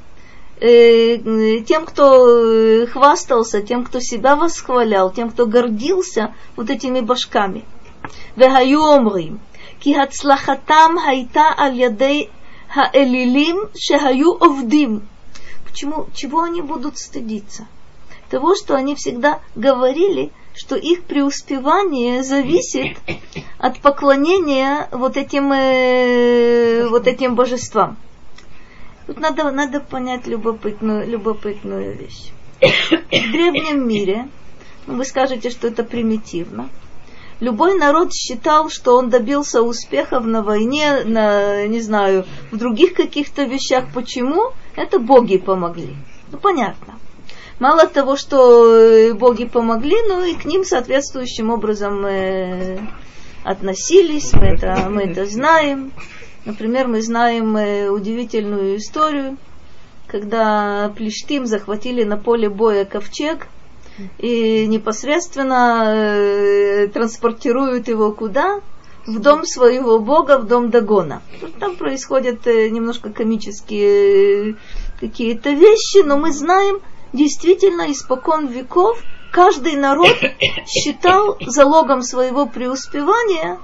S1: тем, кто хвастался, тем, кто себя восхвалял, тем, кто гордился вот этими башками. Вехаю омрим, ки хацлахатам хайта аль ядей хаэлилим шехаю овдим. Почему? Чего они будут стыдиться? Того, что они всегда говорили, что их преуспевание зависит от поклонения вот этим, э, вот этим божествам. Тут надо, надо понять любопытную, любопытную вещь. В древнем мире, ну, вы скажете, что это примитивно, любой народ считал, что он добился успехов на войне, на, не знаю, в других каких-то вещах. Почему? Это боги помогли. Ну, понятно. Мало того, что боги помогли, но и к ним соответствующим образом э, относились. Мы это, мы это знаем. Например, мы знаем э, удивительную историю, когда Плештим захватили на поле боя ковчег и непосредственно э, транспортируют его куда? В дом своего бога, в дом Дагона. Там происходят э, немножко комические э, какие-то вещи, но мы знаем, действительно, испокон веков каждый народ считал залогом своего преуспевания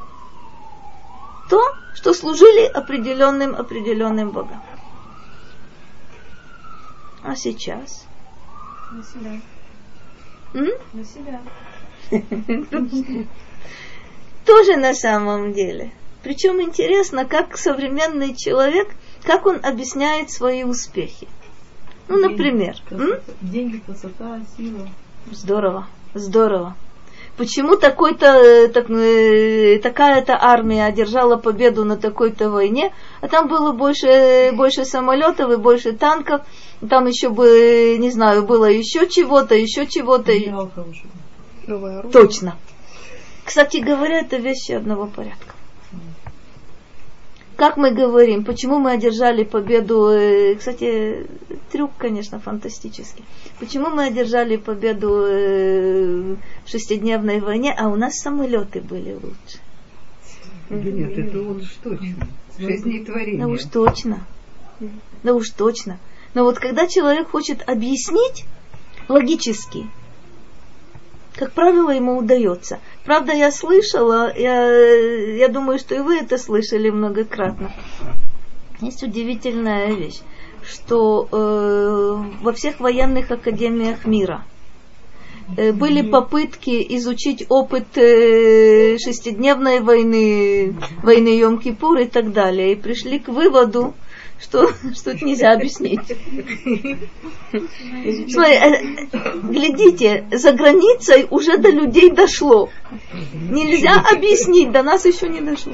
S1: то, что служили определенным, определенным богам. А сейчас?
S3: На себя.
S1: М?
S3: На себя.
S1: Тоже на самом деле. Причем интересно, как современный человек, как он объясняет свои успехи. Ну, деньги, например.
S3: Красота, деньги, красота, сила.
S1: Здорово, здорово. Почему такой-то, так, такая-то армия одержала победу на такой-то войне, а там было больше, больше самолетов и больше танков, там еще бы, не знаю, было еще чего-то, еще чего-то. Точно. Кстати говоря, это вещи одного порядка. Как мы говорим, почему мы одержали победу, кстати, трюк, конечно, фантастический. Почему мы одержали победу в шестидневной войне, а у нас самолеты были лучше?
S6: Да нет, это уж точно. Шесть дней творения.
S1: Да уж точно. Да уж точно. Но вот когда человек хочет объяснить логически, как правило, ему удается. Правда, я слышала, я, я думаю, что и вы это слышали многократно. Есть удивительная вещь, что э, во всех военных академиях мира э, были попытки изучить опыт э, шестидневной войны, войны Йом-Кипур и так далее, и пришли к выводу, что, что это нельзя объяснить. Смотри, глядите, за границей уже до людей дошло. Нельзя объяснить, до нас еще не дошло.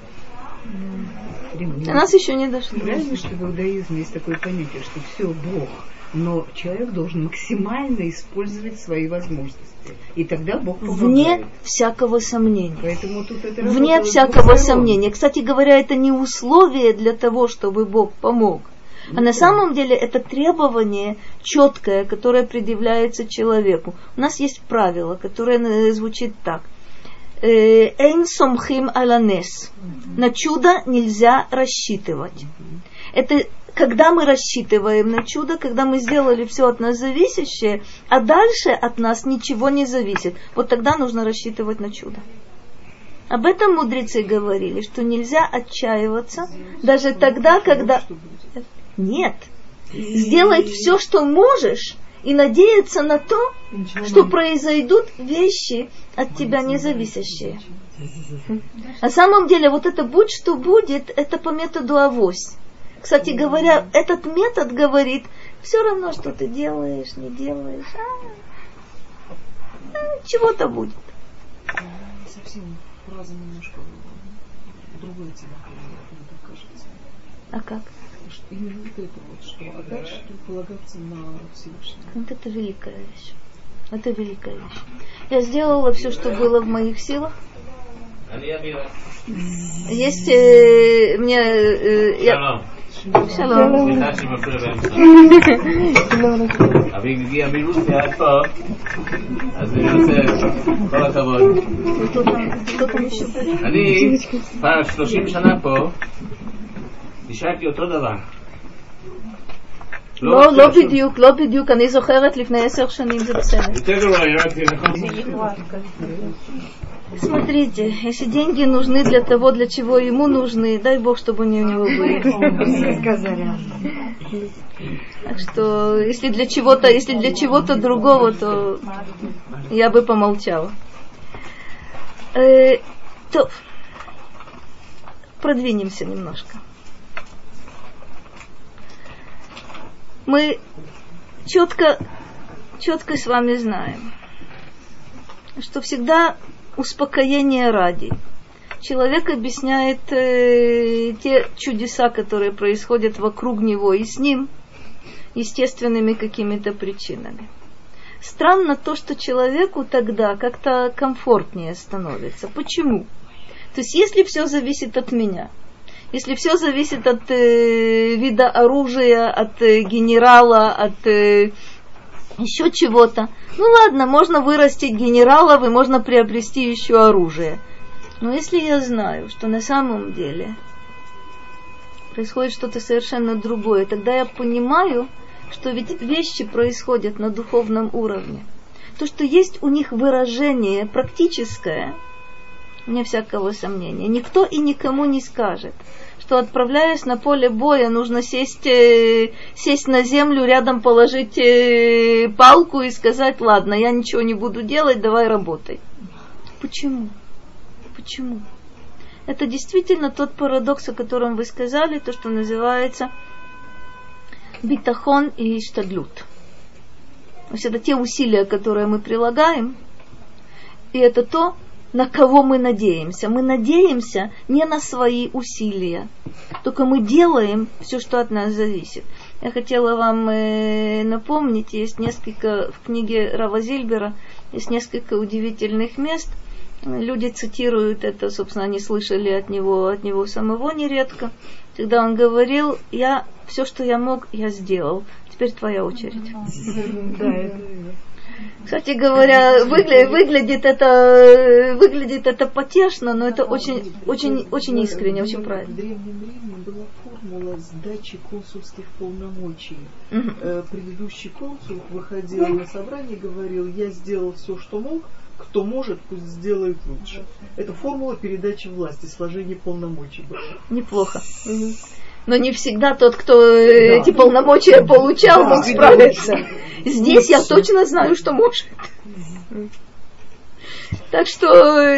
S1: До нас еще не дошло.
S6: Правильно, что в иудаизме есть такое понятие, что все Бог, но человек должен максимально использовать свои возможности. И тогда Бог помогает.
S1: Вне всякого сомнения.
S6: Поэтому тут это
S1: Вне всякого сомнения. Кстати говоря, это не условие для того, чтобы Бог помог. А на самом деле это требование четкое, которое предъявляется человеку. У нас есть правило, которое звучит так. Эйн сомхим аланес. На чудо нельзя рассчитывать. Это когда мы рассчитываем на чудо, когда мы сделали все от нас зависящее, а дальше от нас ничего не зависит. Вот тогда нужно рассчитывать на чудо. Об этом мудрецы говорили, что нельзя отчаиваться даже тогда, когда... Нет. Сделай все, что можешь, и надеяться на то, что произойдут вещи от тебя независящие. На самом деле, вот это «будь что будет», это по методу авось. Кстати говоря, этот метод говорит, все равно, что ты делаешь, не делаешь. А, а, чего-то будет.
S9: Совсем фраза немножко другой тема, мне кажется.
S1: А как?
S9: Что именно вот это вот, что, а дальше полагаться на Всевышнего.
S1: Вот это великая вещь. Это великая вещь. Я сделала все, что было в моих силах. Есть э, мне... Э, я... שלום.
S10: סליחה שמפריע באמצע. אבל הגיע מרוסיה עד פה, אז אני רוצה כל הכבוד. אני כבר שלושים שנה פה, נשארתי אותו דבר.
S1: לא, לא בדיוק, לא בדיוק, אני זוכרת לפני עשר שנים זה בסדר.
S10: יותר גרוע, ירדתי נכון.
S1: Смотрите, если деньги нужны для того, для чего ему нужны, дай Бог, чтобы они у него были. Так что, если для чего-то, если для чего-то другого, то я бы помолчала. Э, то, продвинемся немножко. Мы четко, четко с вами знаем, что всегда успокоение ради. Человек объясняет э, те чудеса, которые происходят вокруг него и с ним, естественными какими-то причинами. Странно то, что человеку тогда как-то комфортнее становится. Почему? То есть, если все зависит от меня, если все зависит от э, вида оружия, от э, генерала, от... Э, еще чего-то. Ну ладно, можно вырастить генералов и можно приобрести еще оружие. Но если я знаю, что на самом деле происходит что-то совершенно другое, тогда я понимаю, что ведь вещи происходят на духовном уровне. То, что есть у них выражение практическое, вне всякого сомнения, никто и никому не скажет, что, отправляясь на поле боя, нужно сесть, э, сесть на землю, рядом положить э, палку и сказать: ладно, я ничего не буду делать, давай работай. Почему? Почему? Это действительно тот парадокс, о котором вы сказали, то, что называется битахон и штадлют. То есть это те усилия, которые мы прилагаем, и это то, на кого мы надеемся. Мы надеемся не на свои усилия, только мы делаем все, что от нас зависит. Я хотела вам э, напомнить, есть несколько, в книге Рава Зильбера есть несколько удивительных мест. Люди цитируют это, собственно, они слышали от него, от него самого нередко, когда он говорил: я все, что я мог, я сделал. Теперь твоя очередь. Кстати говоря, выгля- выглядит это выглядит это потешно, но это очень, очень, очень искренне, очень правильно.
S3: В Древнем Риме была формула сдачи консульских полномочий.
S1: Угу.
S3: Э, предыдущий консул выходил на собрание и говорил: я сделал все, что мог, кто может, пусть сделает лучше. Это формула передачи власти, сложения полномочий была.
S1: Неплохо. Угу. Но не всегда тот, кто да. эти полномочия получал, да. мог справиться. Здесь я точно знаю, что может. Так что...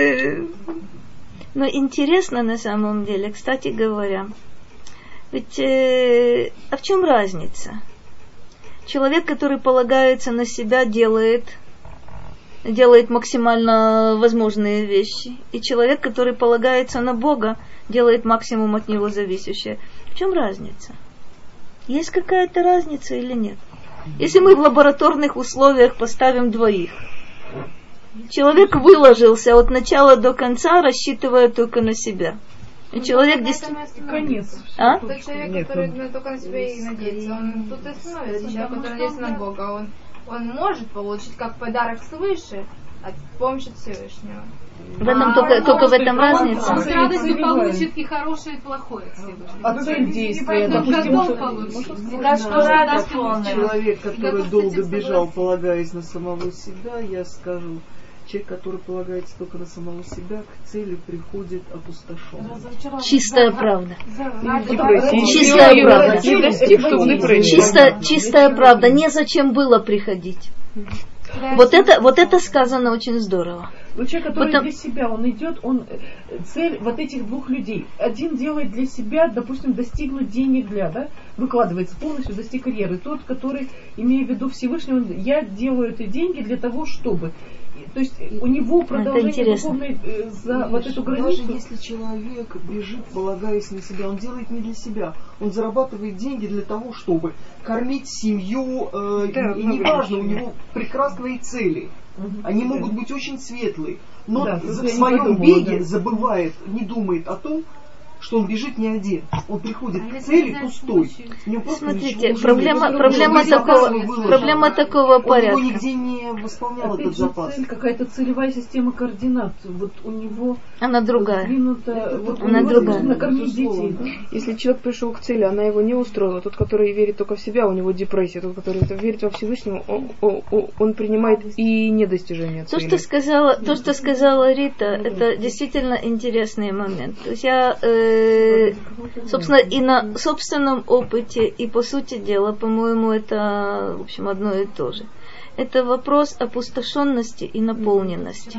S1: Но интересно на самом деле, кстати говоря, ведь э, а в чем разница? Человек, который полагается на себя, делает, делает максимально возможные вещи. И человек, который полагается на Бога, делает максимум от него зависящее. В чем разница? Есть какая-то разница или нет? Если мы в лабораторных условиях поставим двоих, человек выложился от начала до конца, рассчитывая только на себя. И человек действительно...
S5: Конец.
S1: А?
S4: Тот человек, который только на себя и надеется, он тут остановится. Человек, который надеется на Бога, он, он может получить как подарок свыше от помощи Всевышнего.
S1: В этом а, только, только в этом разница.
S4: Он с радостью получит и хорошее, и плохое от Всевышнего.
S5: А цель действия, допустим,
S3: человек, который долго бежал, полагаясь на самого себя, я скажу, человек, который полагается только на самого себя, к цели приходит опустошенным.
S1: Чистая правда. Чистая правда. Чисто, чистая правда. Незачем было приходить.
S4: Да,
S1: Вот это, вот это сказано очень здорово.
S5: Но человек, который
S1: Потом...
S5: для себя, он идет, он цель вот этих двух людей. Один делает для себя, допустим, достигнуть денег для, да, выкладывается полностью, достиг карьеры. Тот, который, имея в виду Всевышнего, я делаю эти деньги для того, чтобы. То есть у него продолжение духовной э, за Конечно, вот эту границу.
S3: Даже если человек бежит, полагаясь на себя, он делает не для себя. Он зарабатывает деньги для того, чтобы кормить семью. Э, да, и неважно, у него прекрасные цели. Угу, Они да. могут быть очень светлые. Но
S5: да,
S3: в своем беге да. забывает, не думает о том, что он бежит не один. Он приходит к цели пустой.
S1: Смотрите, проблема, проблема, такого, проблема такого порядка.
S3: Он его нигде не восполнял
S5: Опять
S3: этот запас.
S5: Цель, какая-то целевая система координат. Вот у него
S1: она другая.
S5: Вот
S1: она другая.
S5: Накормить детей. Да?
S2: Если человек пришел к цели, она его не устроила. Тот, который верит только в себя, у него депрессия. Тот, который верит во Всевышнего, он, он, он принимает и недостижение цели.
S1: То, что сказала, то, что сказала Рита, это действительно интересный момент. То есть я э, собственно, и на собственном опыте, и по сути дела, по-моему, это, в общем, одно и то же. Это вопрос опустошенности и наполненности.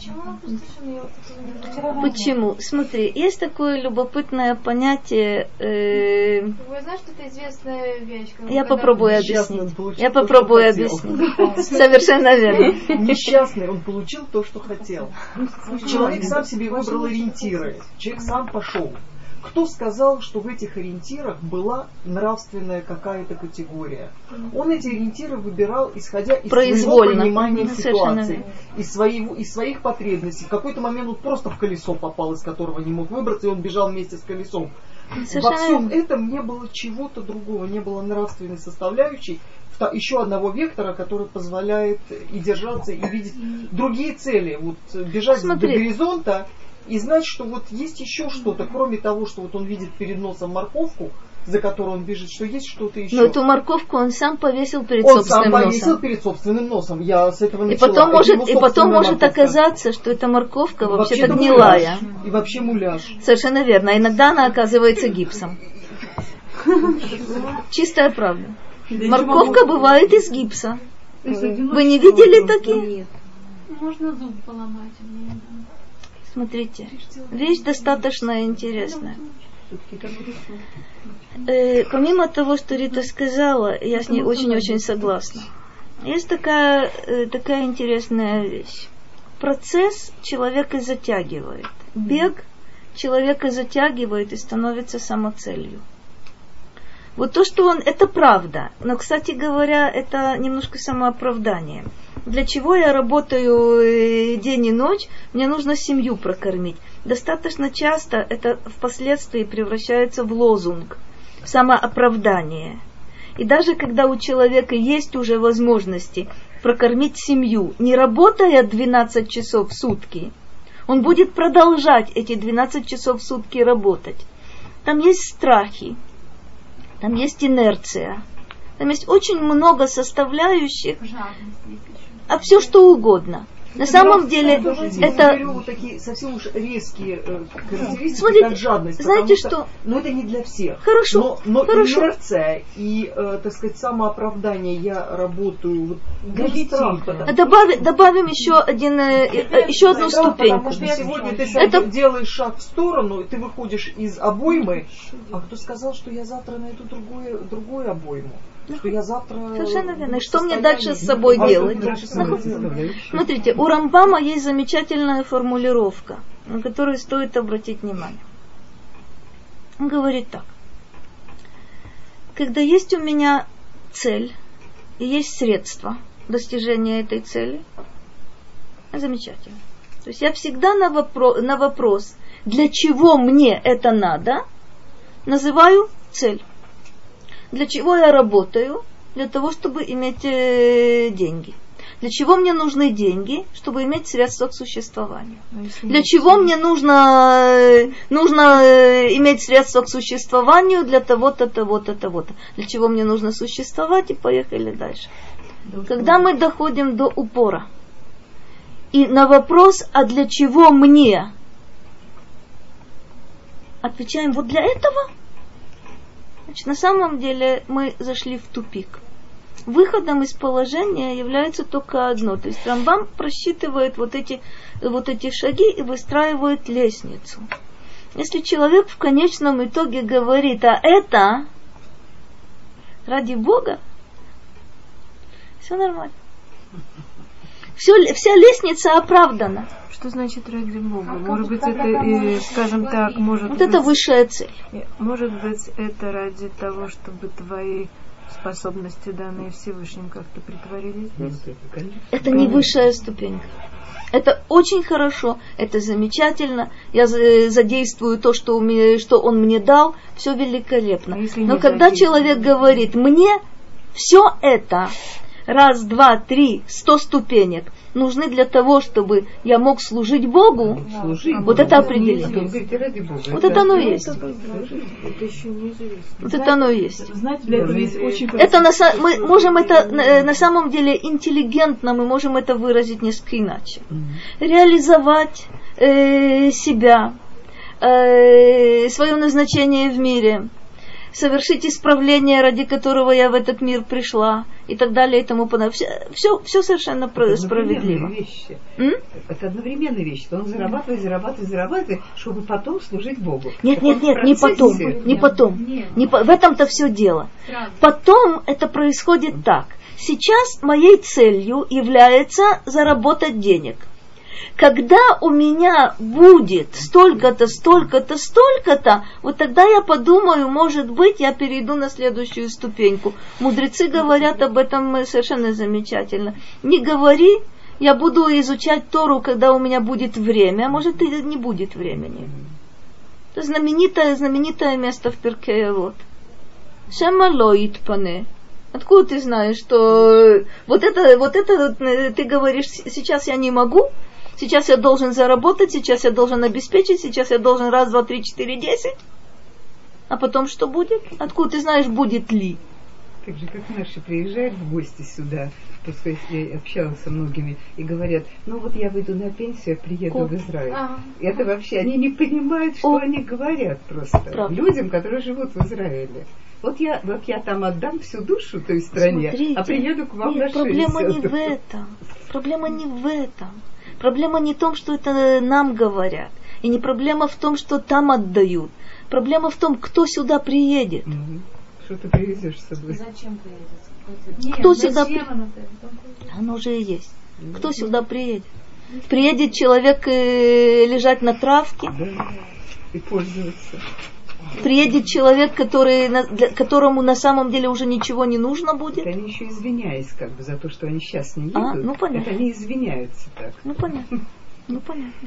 S1: Почему? Смотри, есть такое любопытное понятие. Э,
S4: Вы знаете, что это известная вещь?
S1: Я попробую объяснить. Я попробую объяснить. Совершенно верно.
S3: Несчастный, он получил то, что хотел. Человек сам себе выбрал ориентиры. Человек сам пошел. Кто сказал, что в этих ориентирах была нравственная какая-то категория? Он эти ориентиры выбирал, исходя из своего понимания ситуации, из, своего, из своих потребностей. В какой-то момент он просто в колесо попал, из которого не мог выбраться, и он бежал вместе с колесом. Совершенно... Во всем этом не было чего-то другого, не было нравственной составляющей, еще одного вектора, который позволяет и держаться, и видеть другие цели. Вот бежать Смотри. до горизонта, и знать, что вот есть еще что-то, кроме того, что вот он видит перед носом морковку, за которой он бежит, что есть что-то еще.
S1: Но эту морковку он сам повесил перед
S3: он
S1: собственным носом.
S3: Он сам повесил перед собственным носом. Я с этого начала.
S1: И потом может, и потом может оказаться, что эта морковка вообще-то гнилая.
S3: И вообще муляж.
S1: Совершенно верно. Иногда она оказывается гипсом. Чистая правда. Морковка бывает из гипса. Вы не видели такие?
S4: Можно зуб поломать.
S1: Смотрите, вещь достаточно интересная. Э, помимо того, что Рита сказала, я с ней очень-очень согласна. Есть такая, э, такая интересная вещь. Процесс человека затягивает. Бег человека затягивает и становится самоцелью. Вот то, что он, это правда. Но, кстати говоря, это немножко самооправдание. Для чего я работаю день и ночь? Мне нужно семью прокормить. Достаточно часто это впоследствии превращается в лозунг, в самооправдание. И даже когда у человека есть уже возможности прокормить семью, не работая двенадцать часов в сутки, он будет продолжать эти двенадцать часов в сутки работать. Там есть страхи, там есть инерция, там есть очень много составляющих, а все что угодно. На самом деле, это...
S3: Я говорю вот такие совсем уж резкие э, характеристики,
S1: Смотрите,
S3: как жадность.
S1: Знаете
S3: что,
S1: что?
S3: Ну, это не для всех.
S1: Хорошо.
S3: Но, но
S1: хорошо.
S3: инерция и, э, так сказать, самооправдание, я работаю вот, для детей.
S1: Добавим, добавим еще, один, э, еще одну
S3: страх,
S1: ступеньку.
S3: Потому что сегодня ты
S1: это...
S3: делаешь шаг в сторону, ты выходишь из обоймы, а кто сказал, что я завтра найду другую, другую обойму? Что я завтра...
S1: Совершенно верно. И что мне дальше с собой а делать? Смотрите, у Рамбама есть замечательная формулировка, на которую стоит обратить внимание. Он говорит так. Когда есть у меня цель и есть средства достижения этой цели, замечательно. То есть я всегда на вопрос, на вопрос, для чего мне это надо, называю цель. Для чего я работаю? Для того, чтобы иметь э, деньги. Для чего мне нужны деньги? Чтобы иметь средства к существованию. Для чего мне нужно, нужно э, иметь средства к существованию? Для того-то, того-то, того-то. Для чего мне нужно существовать? И поехали дальше. Когда мы доходим до упора, и на вопрос, а для чего мне? Отвечаем, вот для этого? Значит, на самом деле мы зашли в тупик. выходом из положения является только одно. То есть Рамбам просчитывает вот эти, вот эти шаги и выстраивает лестницу. Если человек в конечном итоге говорит, а это ради Бога, все нормально. Все, вся лестница оправдана.
S2: Что значит ради Бога? Может быть, это, и, скажем так, может
S1: вот
S2: быть...
S1: это высшая цель.
S2: Может быть, это ради того, чтобы твои способности, данные Всевышним, как-то притворились здесь?
S1: Это не высшая ступенька. Это очень хорошо, это замечательно. Я задействую то, что, мне, что он мне дал, все великолепно. Но когда человек говорит, мне все это, раз, два, три, сто ступенек, нужны для того, чтобы я мог служить Богу, служить вот Богу. Это определение. Вот это оно и есть.
S2: Это еще неизвестно.
S1: Вот это оно и есть.
S5: Знаете, для этого есть очень...
S1: Это на, мы можем это на, на самом деле интеллигентно, мы можем это выразить несколько иначе. Реализовать э, себя, э, свое назначение в мире, совершить исправление, ради которого я в этот мир пришла, и так далее, и тому подобное. Все, все, все совершенно это справедливо.
S6: Вещи. М? Это одновременная вещь. Он зарабатывает, зарабатывает, зарабатывает, чтобы потом служить Богу.
S1: Нет,
S6: так
S1: нет, нет, не потом. Не потом. Не по, в этом-то все дело. Сразу. Потом это происходит так. Сейчас моей целью является заработать денег. Когда у меня будет столько-то, столько-то, столько-то, вот тогда я подумаю, может быть, я перейду на следующую ступеньку. Мудрецы говорят об этом совершенно замечательно. Не говори, я буду изучать Тору, когда у меня будет время, а может, и не будет времени. Это знаменитое, знаменитое место в Перкей Авот. Шема ло итпане. Откуда ты знаешь, что вот это, вот это ты говоришь, сейчас я не могу, сейчас я должен заработать, сейчас я должен обеспечить, сейчас я должен раз, два, три, четыре, десять. А потом что будет? Откуда ты знаешь, будет ли?
S6: Так же, как наши приезжают в гости сюда, просто я общалась со многими, и говорят, ну вот я выйду на пенсию, приеду О. в Израиль. А. Это вообще, они не понимают, что О. они говорят просто. Правда. Людям, которые живут в Израиле. Вот я, вот я там отдам всю душу той стране, Смотрите, а приеду к вам
S1: нет,
S6: на
S1: проблема не в этом. Проблема не в этом. Проблема не в том, что это нам говорят. И не проблема в том, что там отдают. Проблема в том, кто сюда приедет.
S6: Угу. Что ты привезешь с собой?
S4: Зачем приедет?
S1: Кто Нет, сюда приедет? Оно, оно уже и есть. Угу. Кто сюда приедет? Приедет человек э, лежать на травке.
S6: Да. И пользоваться.
S1: Приедет человек, который, для которому на самом деле уже ничего не нужно будет.
S6: Это они еще извиняясь как бы за то, что они сейчас не едут.
S1: А, ну понятно.
S6: Это они извиняются так.
S1: Ну понятно. Ну понятно.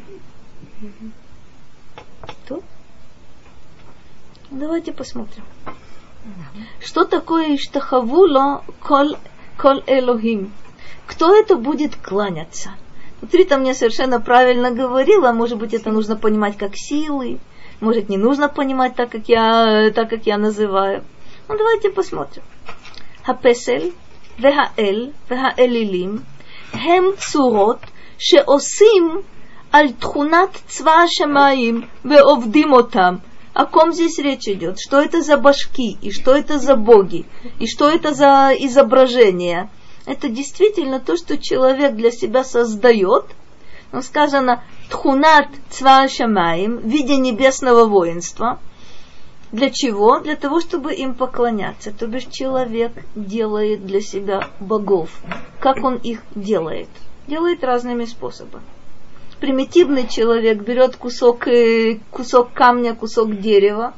S1: Что? Давайте посмотрим. Что такое иштахавуло кол, кол Элохим? Кто это будет кланяться? Вот Рита мне совершенно правильно говорила, может быть, это нужно понимать как силы. Может, не нужно понимать так, как я, так, как я называю. Ну, давайте посмотрим. Хапесель, вехаэль, вехаэлилим, хем цурот, шеосим аль тхунат цва шамаим, веовдим отам. О ком здесь речь идет? Что это за башки? И что это за боги? И что это за изображения? Это действительно то, что человек для себя создает. Ну, сказано, тхунат цва шамаим, в виде небесного воинства. Для чего? Для того, чтобы им поклоняться. То бишь человек делает для себя богов. Как он их делает? Делает разными способами. Примитивный человек берет кусок, кусок камня, кусок дерева.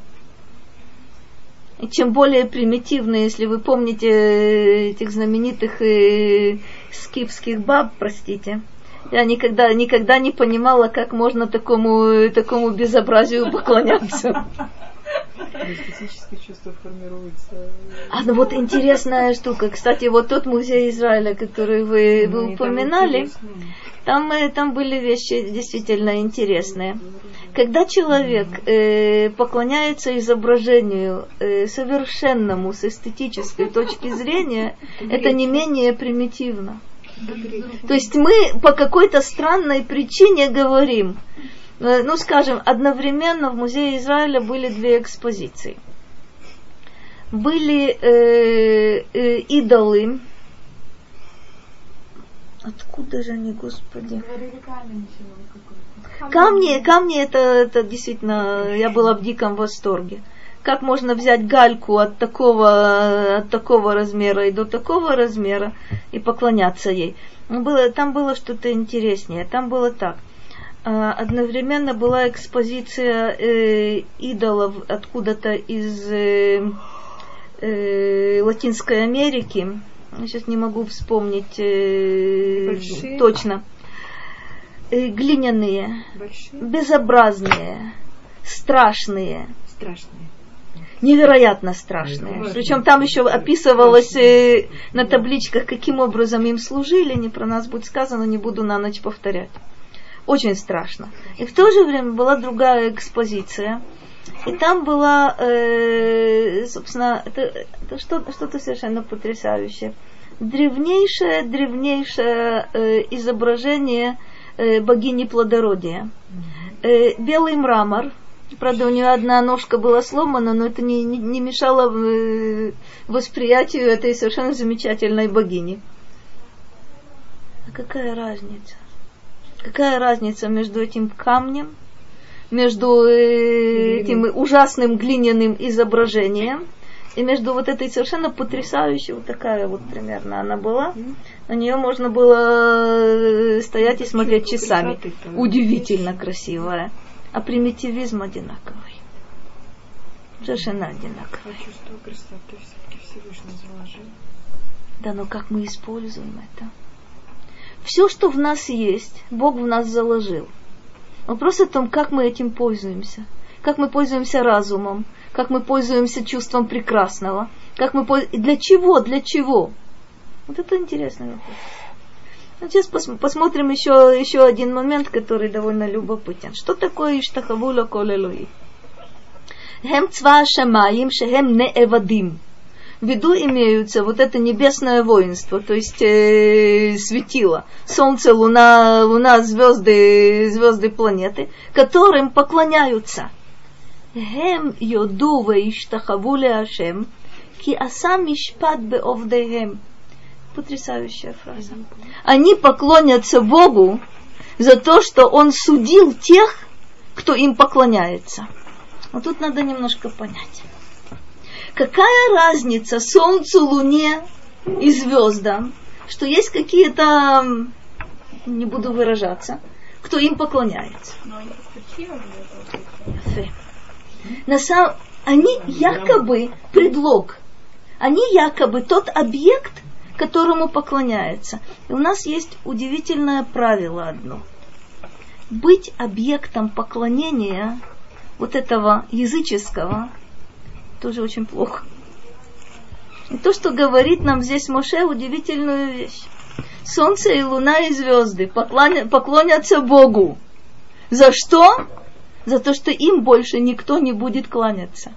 S1: И чем более примитивный, если вы помните этих знаменитых э, скифских баб, простите, я никогда, никогда не понимала, как можно такому, такому безобразию поклоняться.
S3: Эстетические чувства формируются.
S1: А, ну вот интересная штука. Кстати, вот тот музей Израиля, который вы, вы упоминали, там, там были вещи действительно интересные. Когда человек э, поклоняется изображению э, совершенному с эстетической точки зрения, это не менее примитивно. То есть мы по какой-то странной причине говорим, ну скажем, одновременно в Музее Израиля были две экспозиции. Были э, э, идолы, Откуда же они, Господи? Камни, камни это, это действительно, я была в диком восторге. Как можно взять гальку от такого, от такого размера и до такого размера и поклоняться ей? Было, там было что-то интереснее. Там было так. Одновременно была экспозиция э, идолов откуда-то из э, э, Латинской Америки. Я сейчас не могу вспомнить э, точно. Э, глиняные, большие, безобразные, страшные.
S2: Страшные.
S1: Невероятно страшные. Это Причем там еще описывалось э, на табличках, каким образом им служили. Не про нас будет сказано, не буду на ночь повторять. Очень страшно. И в то же время была другая экспозиция. И там была, э, собственно, это, это что-то, что-то совершенно потрясающее. Древнейшее, древнейшее э, изображение э, богини плодородия. Э, белый мрамор. Правда, у нее одна ножка была сломана, но это не, не, не мешало э, восприятию этой совершенно замечательной богини. А какая разница? Какая разница между этим камнем, между э, этим ужасным глиняным изображением и между вот этой совершенно потрясающей, вот такая вот примерно она была, на нее можно было стоять и смотреть часами. Удивительно красивая. А примитивизм одинаковый. Совершенно одинаковый.
S2: Чувство красоты все-таки Всевышний заложил.
S1: Да, но как мы используем это? Все, что в нас есть, Бог в нас заложил. Вопрос о том, как мы этим пользуемся. Как мы пользуемся разумом, как мы пользуемся чувством прекрасного, как мы польз... для чего, для чего? Вот это интересный вопрос. Ну, сейчас пос- посмотрим еще, еще один момент, который довольно любопытен. Что такое иштахаву лаколь элои? Хем цва шамаим шехем неэвадим. В виду имеются вот это небесное воинство, то есть э, светило, солнце, луна, луна, звезды, звезды планеты, которым поклоняются. Хем йоду ваиштахаву леашем, ки аса мишпат беовдехем. Потрясающая фраза. Они поклонятся Богу за то, что Он судил тех, кто им поклоняется. Вот тут надо немножко понять. Какая разница Солнцу, Луне и звездам, что есть какие-то, не буду выражаться, кто им поклоняется. На самом... Они якобы предлог. Они якобы тот объект, которому поклоняется. И у нас есть удивительное правило одно. Быть объектом поклонения вот этого языческого тоже очень плохо. И то, что говорит нам здесь Моше, удивительную вещь. Солнце и луна и звезды поклонятся Богу. За что? За то, что им больше никто не будет кланяться.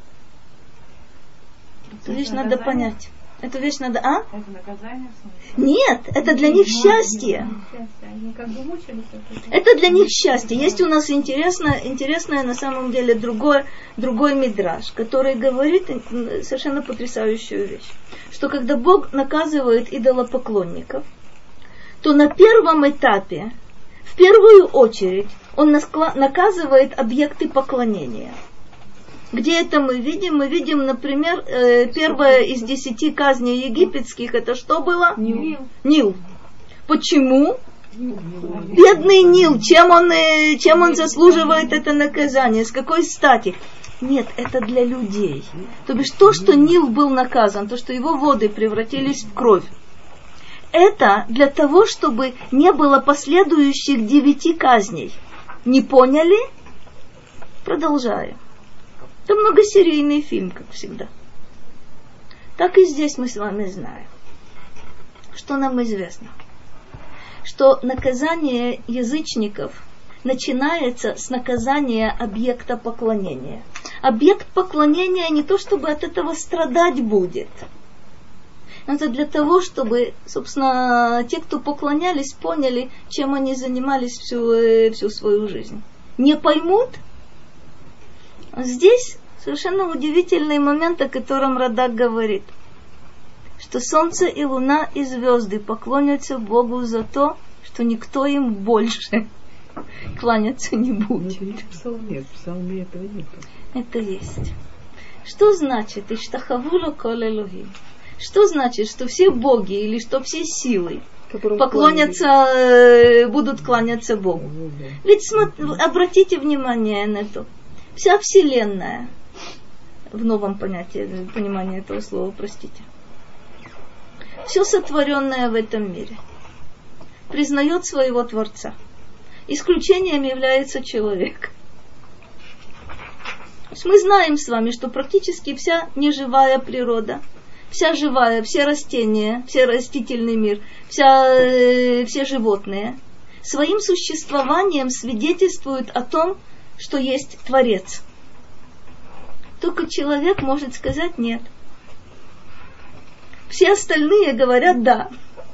S1: Эту вещь надо понять. Эту вещь надо... А?
S4: Это наказание?
S1: Нет, это для них счастье.
S4: Они как бы мучились.
S1: Это для них счастье. Есть у нас интересное, интересное на самом деле другой, другой мидраш, который говорит совершенно потрясающую вещь. Что когда Бог наказывает идолопоклонников, то на первом этапе, в первую очередь, Он наказывает объекты поклонения. Где это мы видим? Мы видим, например, э, первая из десяти казней египетских, это что было?
S2: Нил.
S1: Нил. Почему? Бедный Нил, чем он, э, чем он заслуживает это наказание? С какой стати? Нет, это для людей. То бишь то, что Нил был наказан, то, что его воды превратились в кровь, это для того, чтобы не было последующих девяти казней. Не поняли? Продолжаем. Это многосерийный фильм, как всегда. Так и здесь мы с вами знаем. Что нам известно? Что наказание язычников начинается с наказания объекта поклонения. Объект поклонения не то, чтобы от этого страдать будет. Это для того, чтобы, собственно, те, кто поклонялись, поняли, чем они занимались всю, всю свою жизнь. Не поймут? Здесь совершенно удивительный момент, о котором Радак говорит. что солнце и луна и звезды поклонятся Богу за то, что никто им больше кланяться не будет.
S6: Это в псалме, в псалме этого нет.
S1: Это есть. Что значит «Иштахаву кол Элохим»? Что значит, что все боги или что все силы поклонятся, будут кланяться Богу? Ведь смотри, обратите внимание на то. Вся Вселенная, в новом понятии, понимании этого слова, простите, все сотворенное в этом мире признает своего Творца. Исключением является человек. Мы знаем с вами, что практически вся неживая природа, вся живая, все растения, все растительный мир, вся, э, все животные своим существованием свидетельствуют о том, что есть Творец. Только человек может сказать нет. Все остальные говорят да.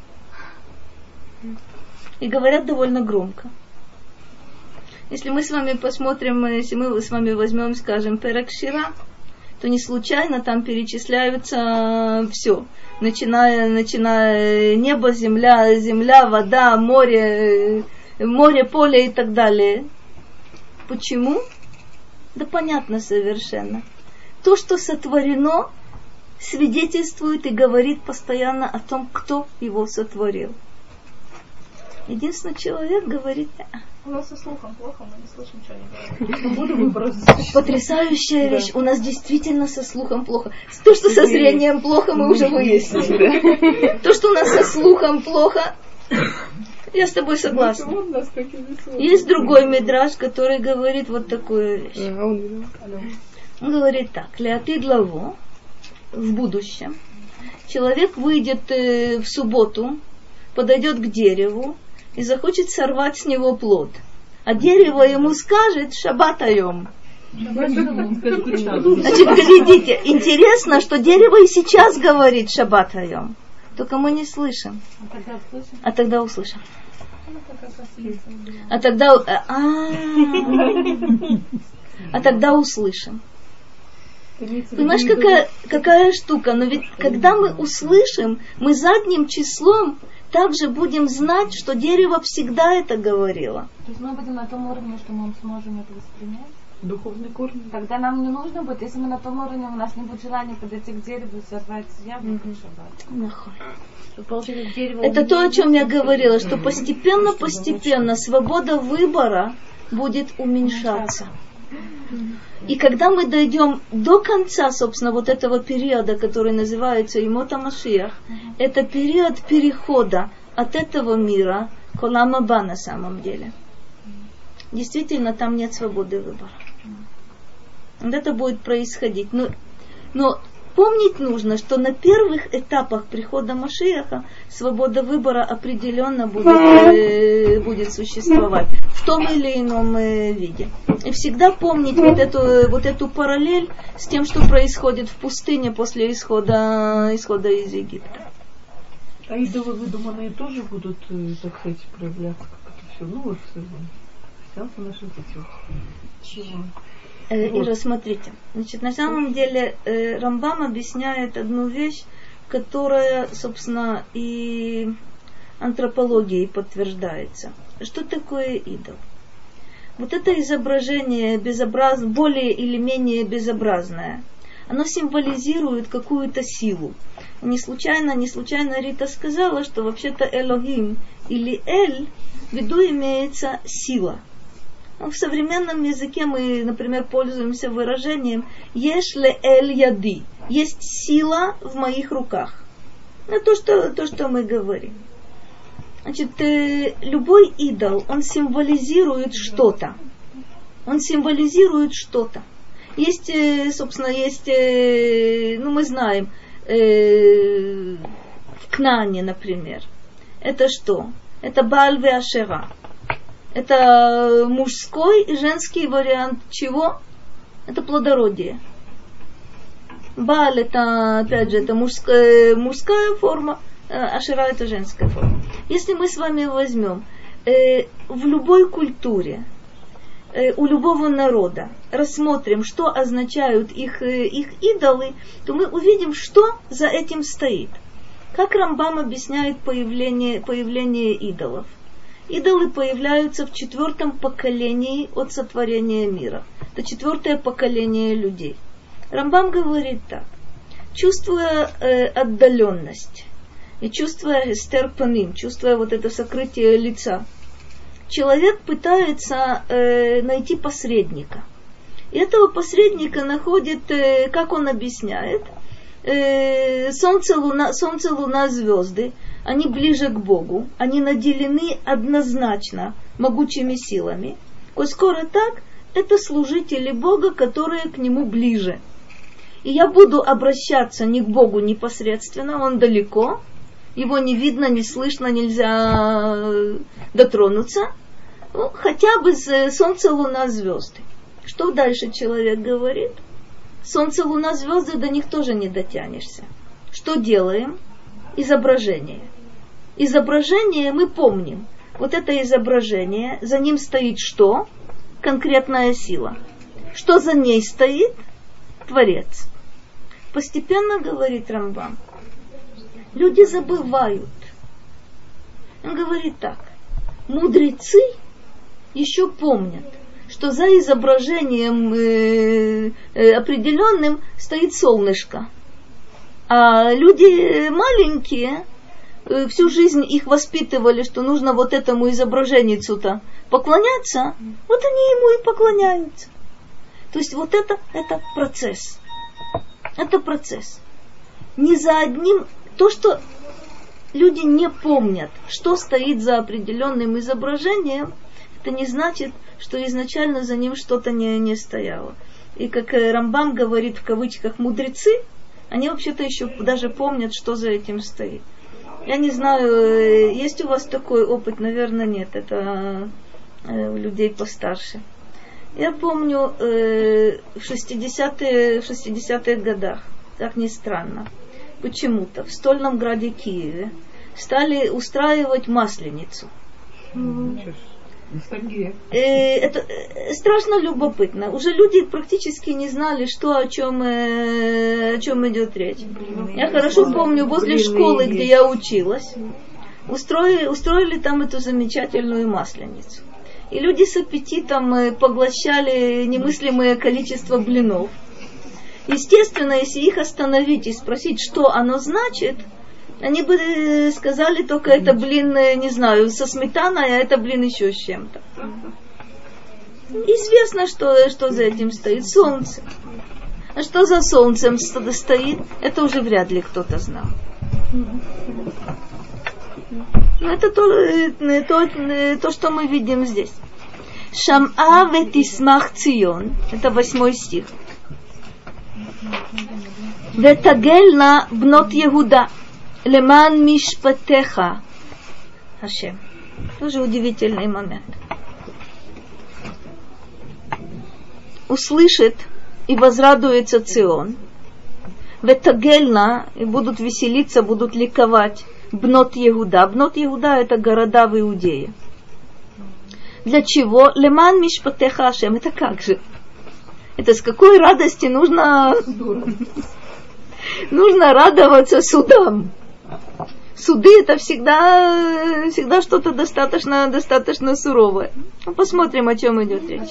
S1: И говорят довольно громко. Если мы с вами посмотрим, если мы с вами возьмем, скажем, Перек Шира, то не случайно там перечисляются все. Начиная, начиная небо, земля, земля, вода, море, море, поле и так далее. Почему? Да понятно совершенно. То, что сотворено, свидетельствует и говорит постоянно о том, кто его сотворил. Единственный человек говорит...
S8: У нас со слухом плохо, мы не слышим, что они говорят.
S1: Потрясающая вещь. У нас действительно со слухом плохо. То, что со зрением плохо, мы уже выяснили. То, что у нас со слухом плохо, я с тобой согласна. Есть другой мидраш, который говорит вот такую вещь. Он говорит так. Леатид лаво, в будущем, человек выйдет в субботу, подойдет к дереву и захочет сорвать с него плод. А дерево ему скажет «Шаббат айом». Значит, глядите, интересно, что дерево и сейчас говорит «Шаббат айом». Только мы не слышим. А тогда услышим. А тогда А тогда услышим. Понимаешь, какая, какая штука? Но ведь когда мы услышим, мы задним числом также будем знать, что дерево всегда это говорило.
S8: То есть мы будем на том уровне, что мы сможем это воспринять?
S5: Духовный корень.
S8: Тогда нам не нужно будет, если мы на том уровне, у нас не будет желания подойти к дереву и сорвать яблоко и шаббат.
S1: Это то, о чем я говорила, что постепенно, постепенно свобода выбора будет уменьшаться. И когда мы дойдем до конца, собственно, вот этого периода, который называется Имота Машиах, это период перехода от этого мира к Олам Аба на самом деле. Действительно, там нет свободы выбора. Вот это будет происходить. Но, но помнить нужно, что на первых этапах прихода Машиаха свобода выбора определенно будет, э, будет существовать в том или ином э, виде. И всегда помнить вот эту, вот эту параллель с тем, что происходит в пустыне после исхода, исхода из Египта.
S5: А идолы выдуманные тоже будут, так сказать, проявляться, как это все, ну вот, в наших этих. Чего?
S1: Э, вот. Ира, смотрите. Значит, на самом деле э, Рамбам объясняет одну вещь, которая, собственно, и антропологией подтверждается. Что такое идол? Вот это изображение безобраз... более или менее безобразное, оно символизирует какую-то силу. Не случайно, не случайно Рита сказала, что вообще-то Элохим или Эль в виду имеется сила. В современном языке мы, например, пользуемся выражением «Еш ле эль яди» – «Есть сила в моих руках». Это то, что, то, что мы говорим. Значит, э, любой идол, он символизирует что-то. Он символизирует что-то. Есть, э, собственно, есть, э, ну, мы знаем, э, в Кнаане, например. Это что? Это Бааль ве Ашера. Это мужской и женский вариант чего? Это плодородие. Бааль это, опять же, это мужская, мужская форма, Ашера это женская форма. Если мы с вами возьмем э, в любой культуре, э, у любого народа, рассмотрим, что означают их, э, их идолы, то мы увидим, что за этим стоит. Как Рамбам объясняет появление, появление идолов? Идолы появляются в четвертом поколении от сотворения мира. Это четвертое поколение людей. Рамбам говорит так. Чувствуя э, отдаленность и чувствуя эстерпаним, чувствуя вот это сокрытие лица, человек пытается э, найти посредника. И этого посредника находит, э, как он объясняет, э, солнце, луна, солнце, луна, звезды. Они ближе к Богу, они наделены однозначно могучими силами. Коль скоро так, это служители Бога, которые к Нему ближе. И я буду обращаться не к Богу непосредственно, Он далеко, Его не видно, не слышно, нельзя дотронуться. Ну, хотя бы солнце, луна, звезды. Что дальше человек говорит? Солнце, луна, звезды, до них тоже не дотянешься. Что делаем? Изображение. Изображение мы помним. Вот это изображение, за ним стоит что? Конкретная сила. Что за ней стоит? Творец. Постепенно, говорит Рамбам, люди забывают. Он говорит так. Мудрецы еще помнят, что за изображением э, э, определенным стоит солнышко. А люди маленькие, э, всю жизнь их воспитывали, что нужно вот этому изображению-то поклоняться, вот они ему и поклоняются. То есть вот это, это процесс. Это процесс. Не за одним, то, что люди не помнят, что стоит за определенным изображением, это не значит, что изначально за ним что-то не, не стояло. И как Рамбам говорит в кавычках мудрецы, они вообще-то еще даже помнят, что за этим стоит. Я не знаю, есть у вас такой опыт? Наверное, нет. Это у людей постарше. Я помню э, в шестидесятых годах, как ни странно, почему-то в Стольном Граде Киеве стали устраивать масленицу.
S6: Ностальгия.
S1: Э, это э, страшно любопытно. Уже люди практически не знали, что, о чем, э, о чем идет речь. Я хорошо помню, возле школы, где я училась, устроили, устроили там эту замечательную масленицу. И люди с аппетитом поглощали немыслимое количество блинов. Естественно, если их остановить и спросить, что оно значит, они бы сказали только это блин, не знаю, со сметаной, а это блин еще с чем-то. Известно, что, что за этим стоит солнце. А что за солнцем стоит, это уже вряд ли кто-то знал. Это то, то, то, что мы видим здесь. Шам'a ветисмах цион. Это восьмой стих. Ветагельна бнот Егуда. Леман мишпатеха. Хашем. Тоже удивительный момент. Услышит и возрадуется Цион. Ветагельна, и будут веселиться, будут ликовать. Бнот Егуда. Бнот Егуда — это города в Иудее. Для чего? Леман мишпатеха Ашем. Это как же? Это с какой радости нужно... нужно радоваться судам. Суды — это всегда, всегда что-то достаточно, достаточно суровое. Ну, посмотрим, о чем идет речь.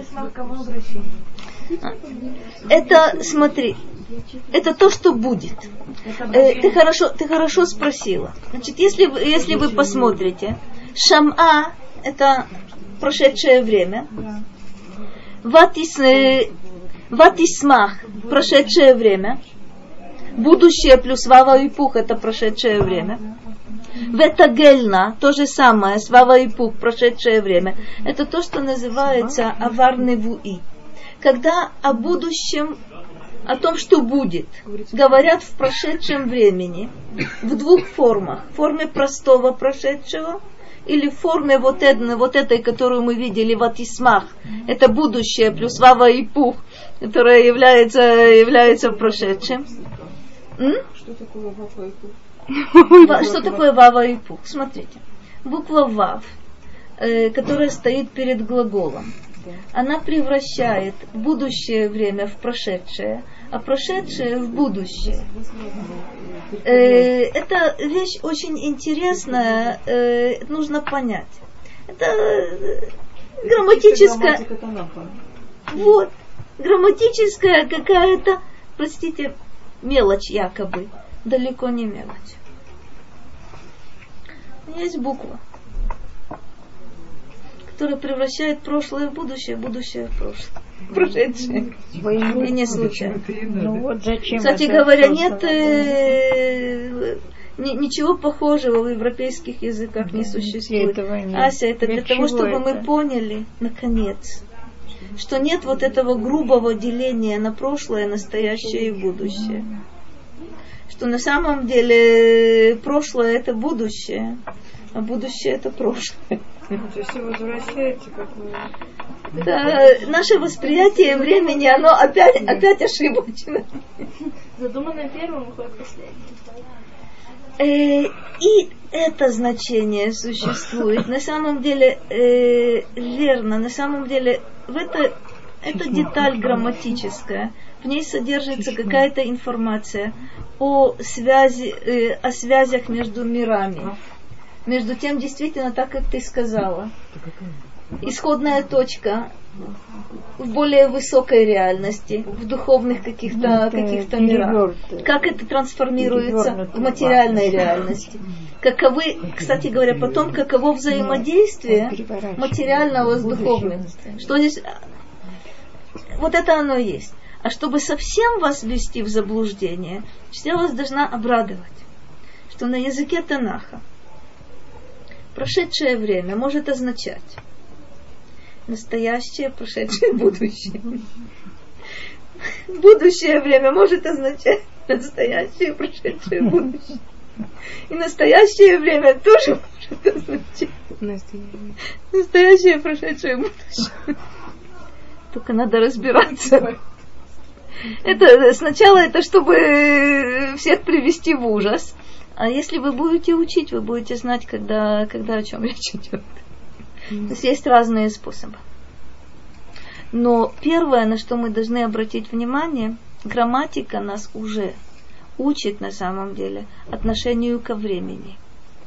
S1: Это, смотри, это то, что будет. Э, ты, хорошо, ты хорошо спросила. Значит, если, если вы посмотрите, Шам'a — это прошедшее время. Ватис, э, ватисмах — прошедшее время. Будущее плюс Вава и Пух — это прошедшее время. Ветагельна — то же самое, с Вава и Пух, прошедшее время. Это то, что называется авар невуи. Когда о будущем, о том, что будет, говорят в прошедшем времени, в двух формах. В форме простого прошедшего или в форме вот этой, вот этой, которую мы видели в Атисмах. Это будущее плюс Вава и Пух, которое является, является прошедшим. М?
S2: Что такое Вава и Пух?
S1: Что такое Вава и Пух? Смотрите. Буква Вав, э, которая стоит перед глаголом, она превращает будущее время в прошедшее, а прошедшее в будущее. Э, это вещь очень интересная, э, нужно понять. Это э, грамматическая... Вот. Грамматическая какая-то, простите, мелочь якобы. Далеко не мелочь. Есть буква, которая превращает прошлое в будущее, будущее в прошлое. Прошедшее. И не случайно.
S11: Ну вот зачем.
S1: Кстати говоря, нет э, ни, ничего похожего в европейских языках не существует. Ася, это для, для того, чтобы это? мы поняли, наконец, что нет вот этого грубого деления на прошлое, настоящее и будущее. Что на самом деле прошлое это будущее, а будущее это прошлое.
S2: То есть вы возвращаете, как вы...
S1: Да, наше восприятие времени, оно опять, опять ошибочно.
S4: Задуманное первым, выходит последним.
S1: Э, и это значение существует. На самом деле, э, верно, на самом деле, в это, это деталь грамматическая. В ней содержится какая-то информация о связи, э, о связях между мирами. Между тем, действительно, так, как ты сказала. Исходная точка в более высокой реальности, в духовных каких-то, каких-то мирах. Как это трансформируется в материальной реальности? Каковы, кстати говоря, потом, каково взаимодействие материального с духовным? Что здесь? Вот это оно и есть. А чтобы совсем вас ввести в заблуждение, я вас должна обрадовать, что на языке Танаха прошедшее время может означать настоящее, прошедшее, будущее. Будущее время может означать настоящее, прошедшее, будущее. И настоящее время тоже может означать настоящее, прошедшее, будущее. Только надо разбираться. Это сначала это чтобы всех привести в ужас. А если вы будете учить, вы будете знать, когда, когда о чем речь идет. То есть есть разные способы. Но первое, на что мы должны обратить внимание, грамматика нас уже учит на самом деле отношению ко времени.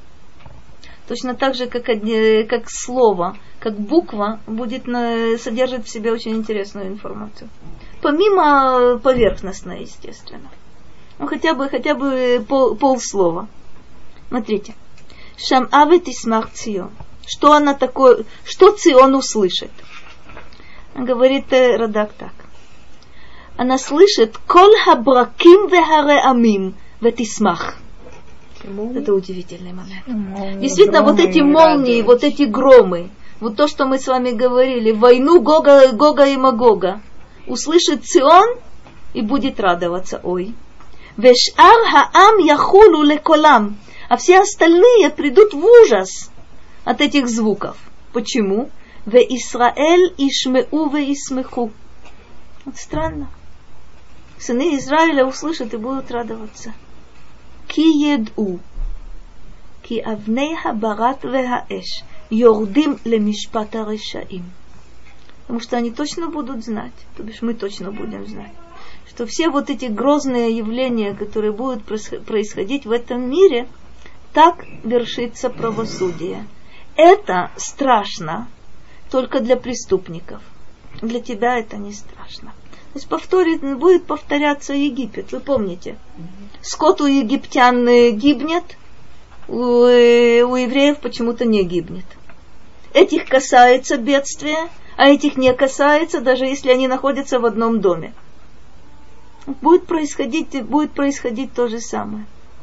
S1: Точно так же, как, как слово, как буква будет на, содержит в себе очень интересную информацию. Помимо поверхностной, естественно. Ну, хотя бы, хотя бы пол, полслова. Смотрите. Шам'а вэтисмах Цион. Что она такое, что Цион услышит? Говорит Радак так. Она слышит кол хабраким вехареамим вэтисмах. Это удивительный момент. Действительно, вот эти молнии, вот эти громы, вот то, что мы с вами говорили, войну Гога, Гога и Магога, услышит Цион и будет радоваться. Ой. Вешар хаам яхулу леколам. А все остальные придут в ужас от этих звуков. Почему? Ве Исраэль ишмеу ве исмеху. Вот странно. Сыны Израиля услышат и будут радоваться. Ки еду. Ки авней хабарат ве хаэш. Йордим лемишпат харешаим. Потому что они точно будут знать. То бишь мы точно будем знать. Что все вот эти грозные явления, которые будут происходить в этом мире, так вершится правосудие. Это страшно только для преступников. Для тебя это не страшно. То есть повторит, будет повторяться Египет. Вы помните? Скот у египтян гибнет, у, у евреев почему-то не гибнет. Этих касается бедствия, а этих не касается, даже если они находятся в одном доме. Будет происходить, будет происходить то же самое.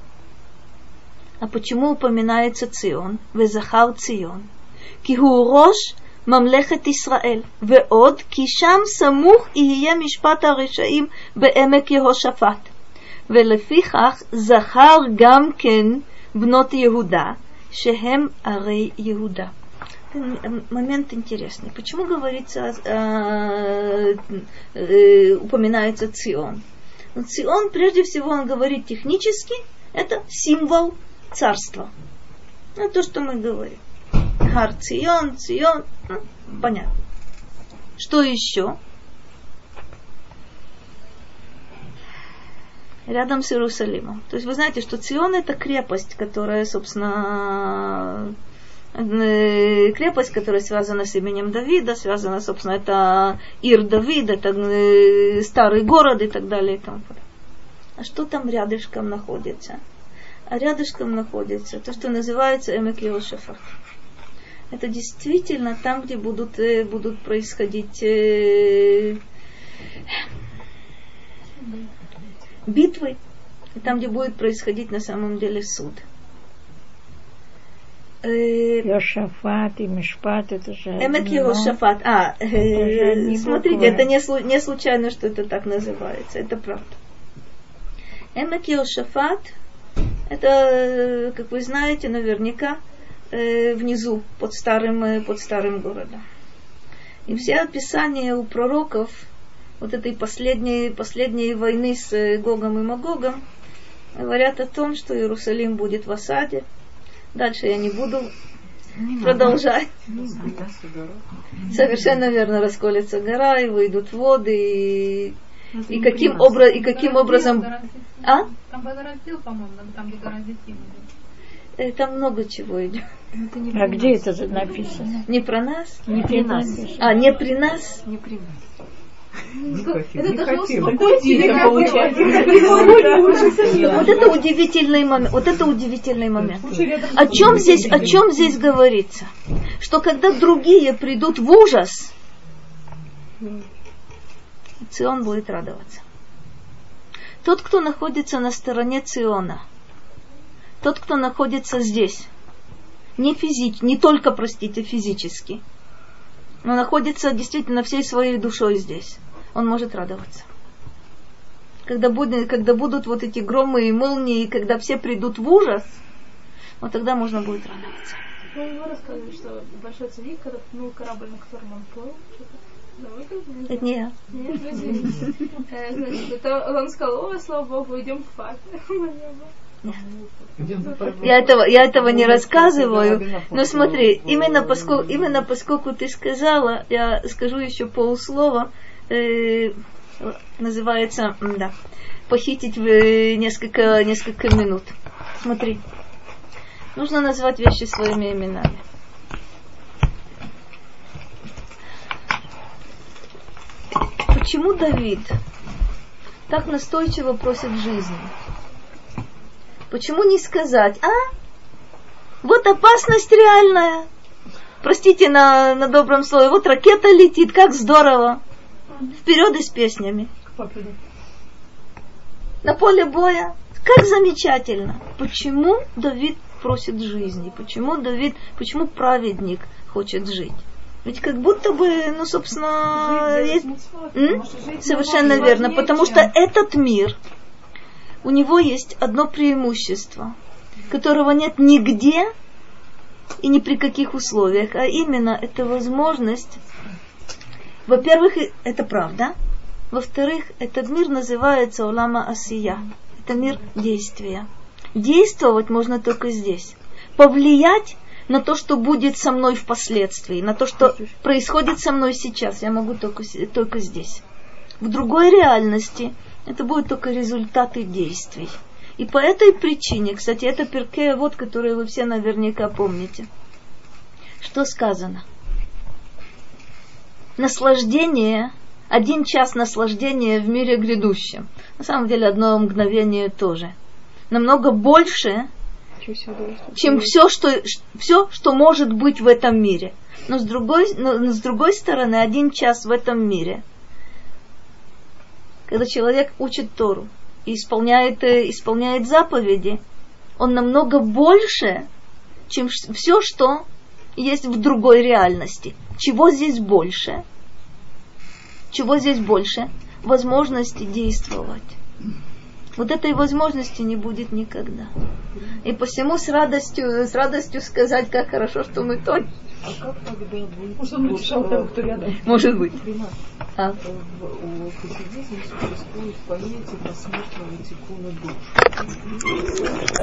S1: А почему упоминается Цион? Везахар Цион. Киху рош мамлехет Исраэль. Веод кишам самух ие мишпат харешаим беэмек Йehoshaфат. ולפיכך זכר גם כן בנות יהודה, שהם ערי יהודה. Момент интересный. Почему говорится, э, э, упоминается Цион? Цион, прежде всего, он говорит технически, это символ царства. Это то, что мы говорим. Хар Цион, Цион, ну, понятно. Что еще? рядом с Иерусалимом. То есть вы знаете, что Цион это крепость, которая, собственно, крепость, которая связана с именем Давида, связана, собственно, это Ир Давид, это старый город и так далее и тому подобное. А что там рядышком находится? А рядышком находится то, что называется Эмек Йеошафат. Это действительно там, где будут, будут происходить э, битвы, и там, где будет происходить на самом деле суд.
S11: Йошафат и Мишпат, это же...
S1: Эмек Йеошафат. А, э, смотрите, это не, не случайно, что это так называется, это правда. Эмек Йеошафат, это, как вы знаете, наверняка, э, внизу, под старым, под старым городом. И все описания у пророков вот этой последней, последней войны с Гогом и Магогом говорят о том, что Иерусалим будет в осаде. Дальше я не буду не продолжать. Не Совершенно верно, расколется гора, и выйдут воды, и, и, каким, обра- и каким образом... А?
S4: Там был раздел, по-моему, там, где гора Зитим.
S1: Там много чего идет.
S11: А где это написано?
S1: Не про нас?
S11: Не при нас.
S1: А, не при нас?
S3: Не при нас.
S4: Это даже
S1: Вот это удивительный момент. Вот это удивительный момент. О чем здесь, о чем здесь говорится? Что когда другие придут в ужас, Цион будет радоваться. Тот, кто находится на стороне Циона, тот, кто находится здесь, не физически, не только, простите, физически, но находится действительно всей своей душой здесь, он может радоваться. Когда, будет, когда будут вот эти громы и молнии, когда все придут в ужас, вот тогда можно будет радоваться.
S12: Ну, вы рассказывали, что большой царик, когда ну, корабль, на котором он плыл, что-то.
S1: Это не я.
S12: Нет, ну извините. Значит, это он сказал: о, слава Богу, идем в пад.
S1: Я этого, я этого не рассказываю, но смотри, именно поскольку, именно поскольку ты сказала, я скажу еще полуслова, э, называется, да, похитить в несколько, несколько минут. Смотри, нужно назвать вещи своими именами. Почему Давид так настойчиво просит жизни? Почему не сказать, а, вот опасность реальная, простите на, на добром слове, вот ракета летит, как здорово, вперед и с песнями. На поле боя, как замечательно. Почему Давид просит жизни? Почему Давид, почему праведник хочет жить? Ведь как будто бы, ну, собственно, есть... Совершенно верно, потому что этот мир, у него есть одно преимущество, которого нет нигде и ни при каких условиях, а именно это возможность, во-первых, это правда, во-вторых, этот мир называется Олама Асия, это мир действия. Действовать можно только здесь, повлиять на то, что будет со мной впоследствии, на то, что происходит со мной сейчас, я могу только, только здесь. В другой реальности это будут только результаты действий. И по этой причине, кстати, это Перкей Авот, который вы все наверняка помните. Что сказано? Наслаждение, один час наслаждения в мире грядущем. На самом деле одно мгновение тоже. Намного больше, чем все, что, все, что может быть в этом мире. Но с другой, но с другой стороны, один час в этом мире, когда человек учит Тору и исполняет, исполняет заповеди, он намного больше, чем все, что есть в другой реальности. Чего здесь больше? Чего здесь больше? Возможности действовать. Вот этой возможности не будет никогда. И посему с радостью, с радостью сказать, как хорошо, что мы тонем.
S7: А как тогда будет?
S5: Может, он утешал того, кто рядом.
S1: Может быть. А?
S3: У хасидизма существует понятие посмертного тикуна душ.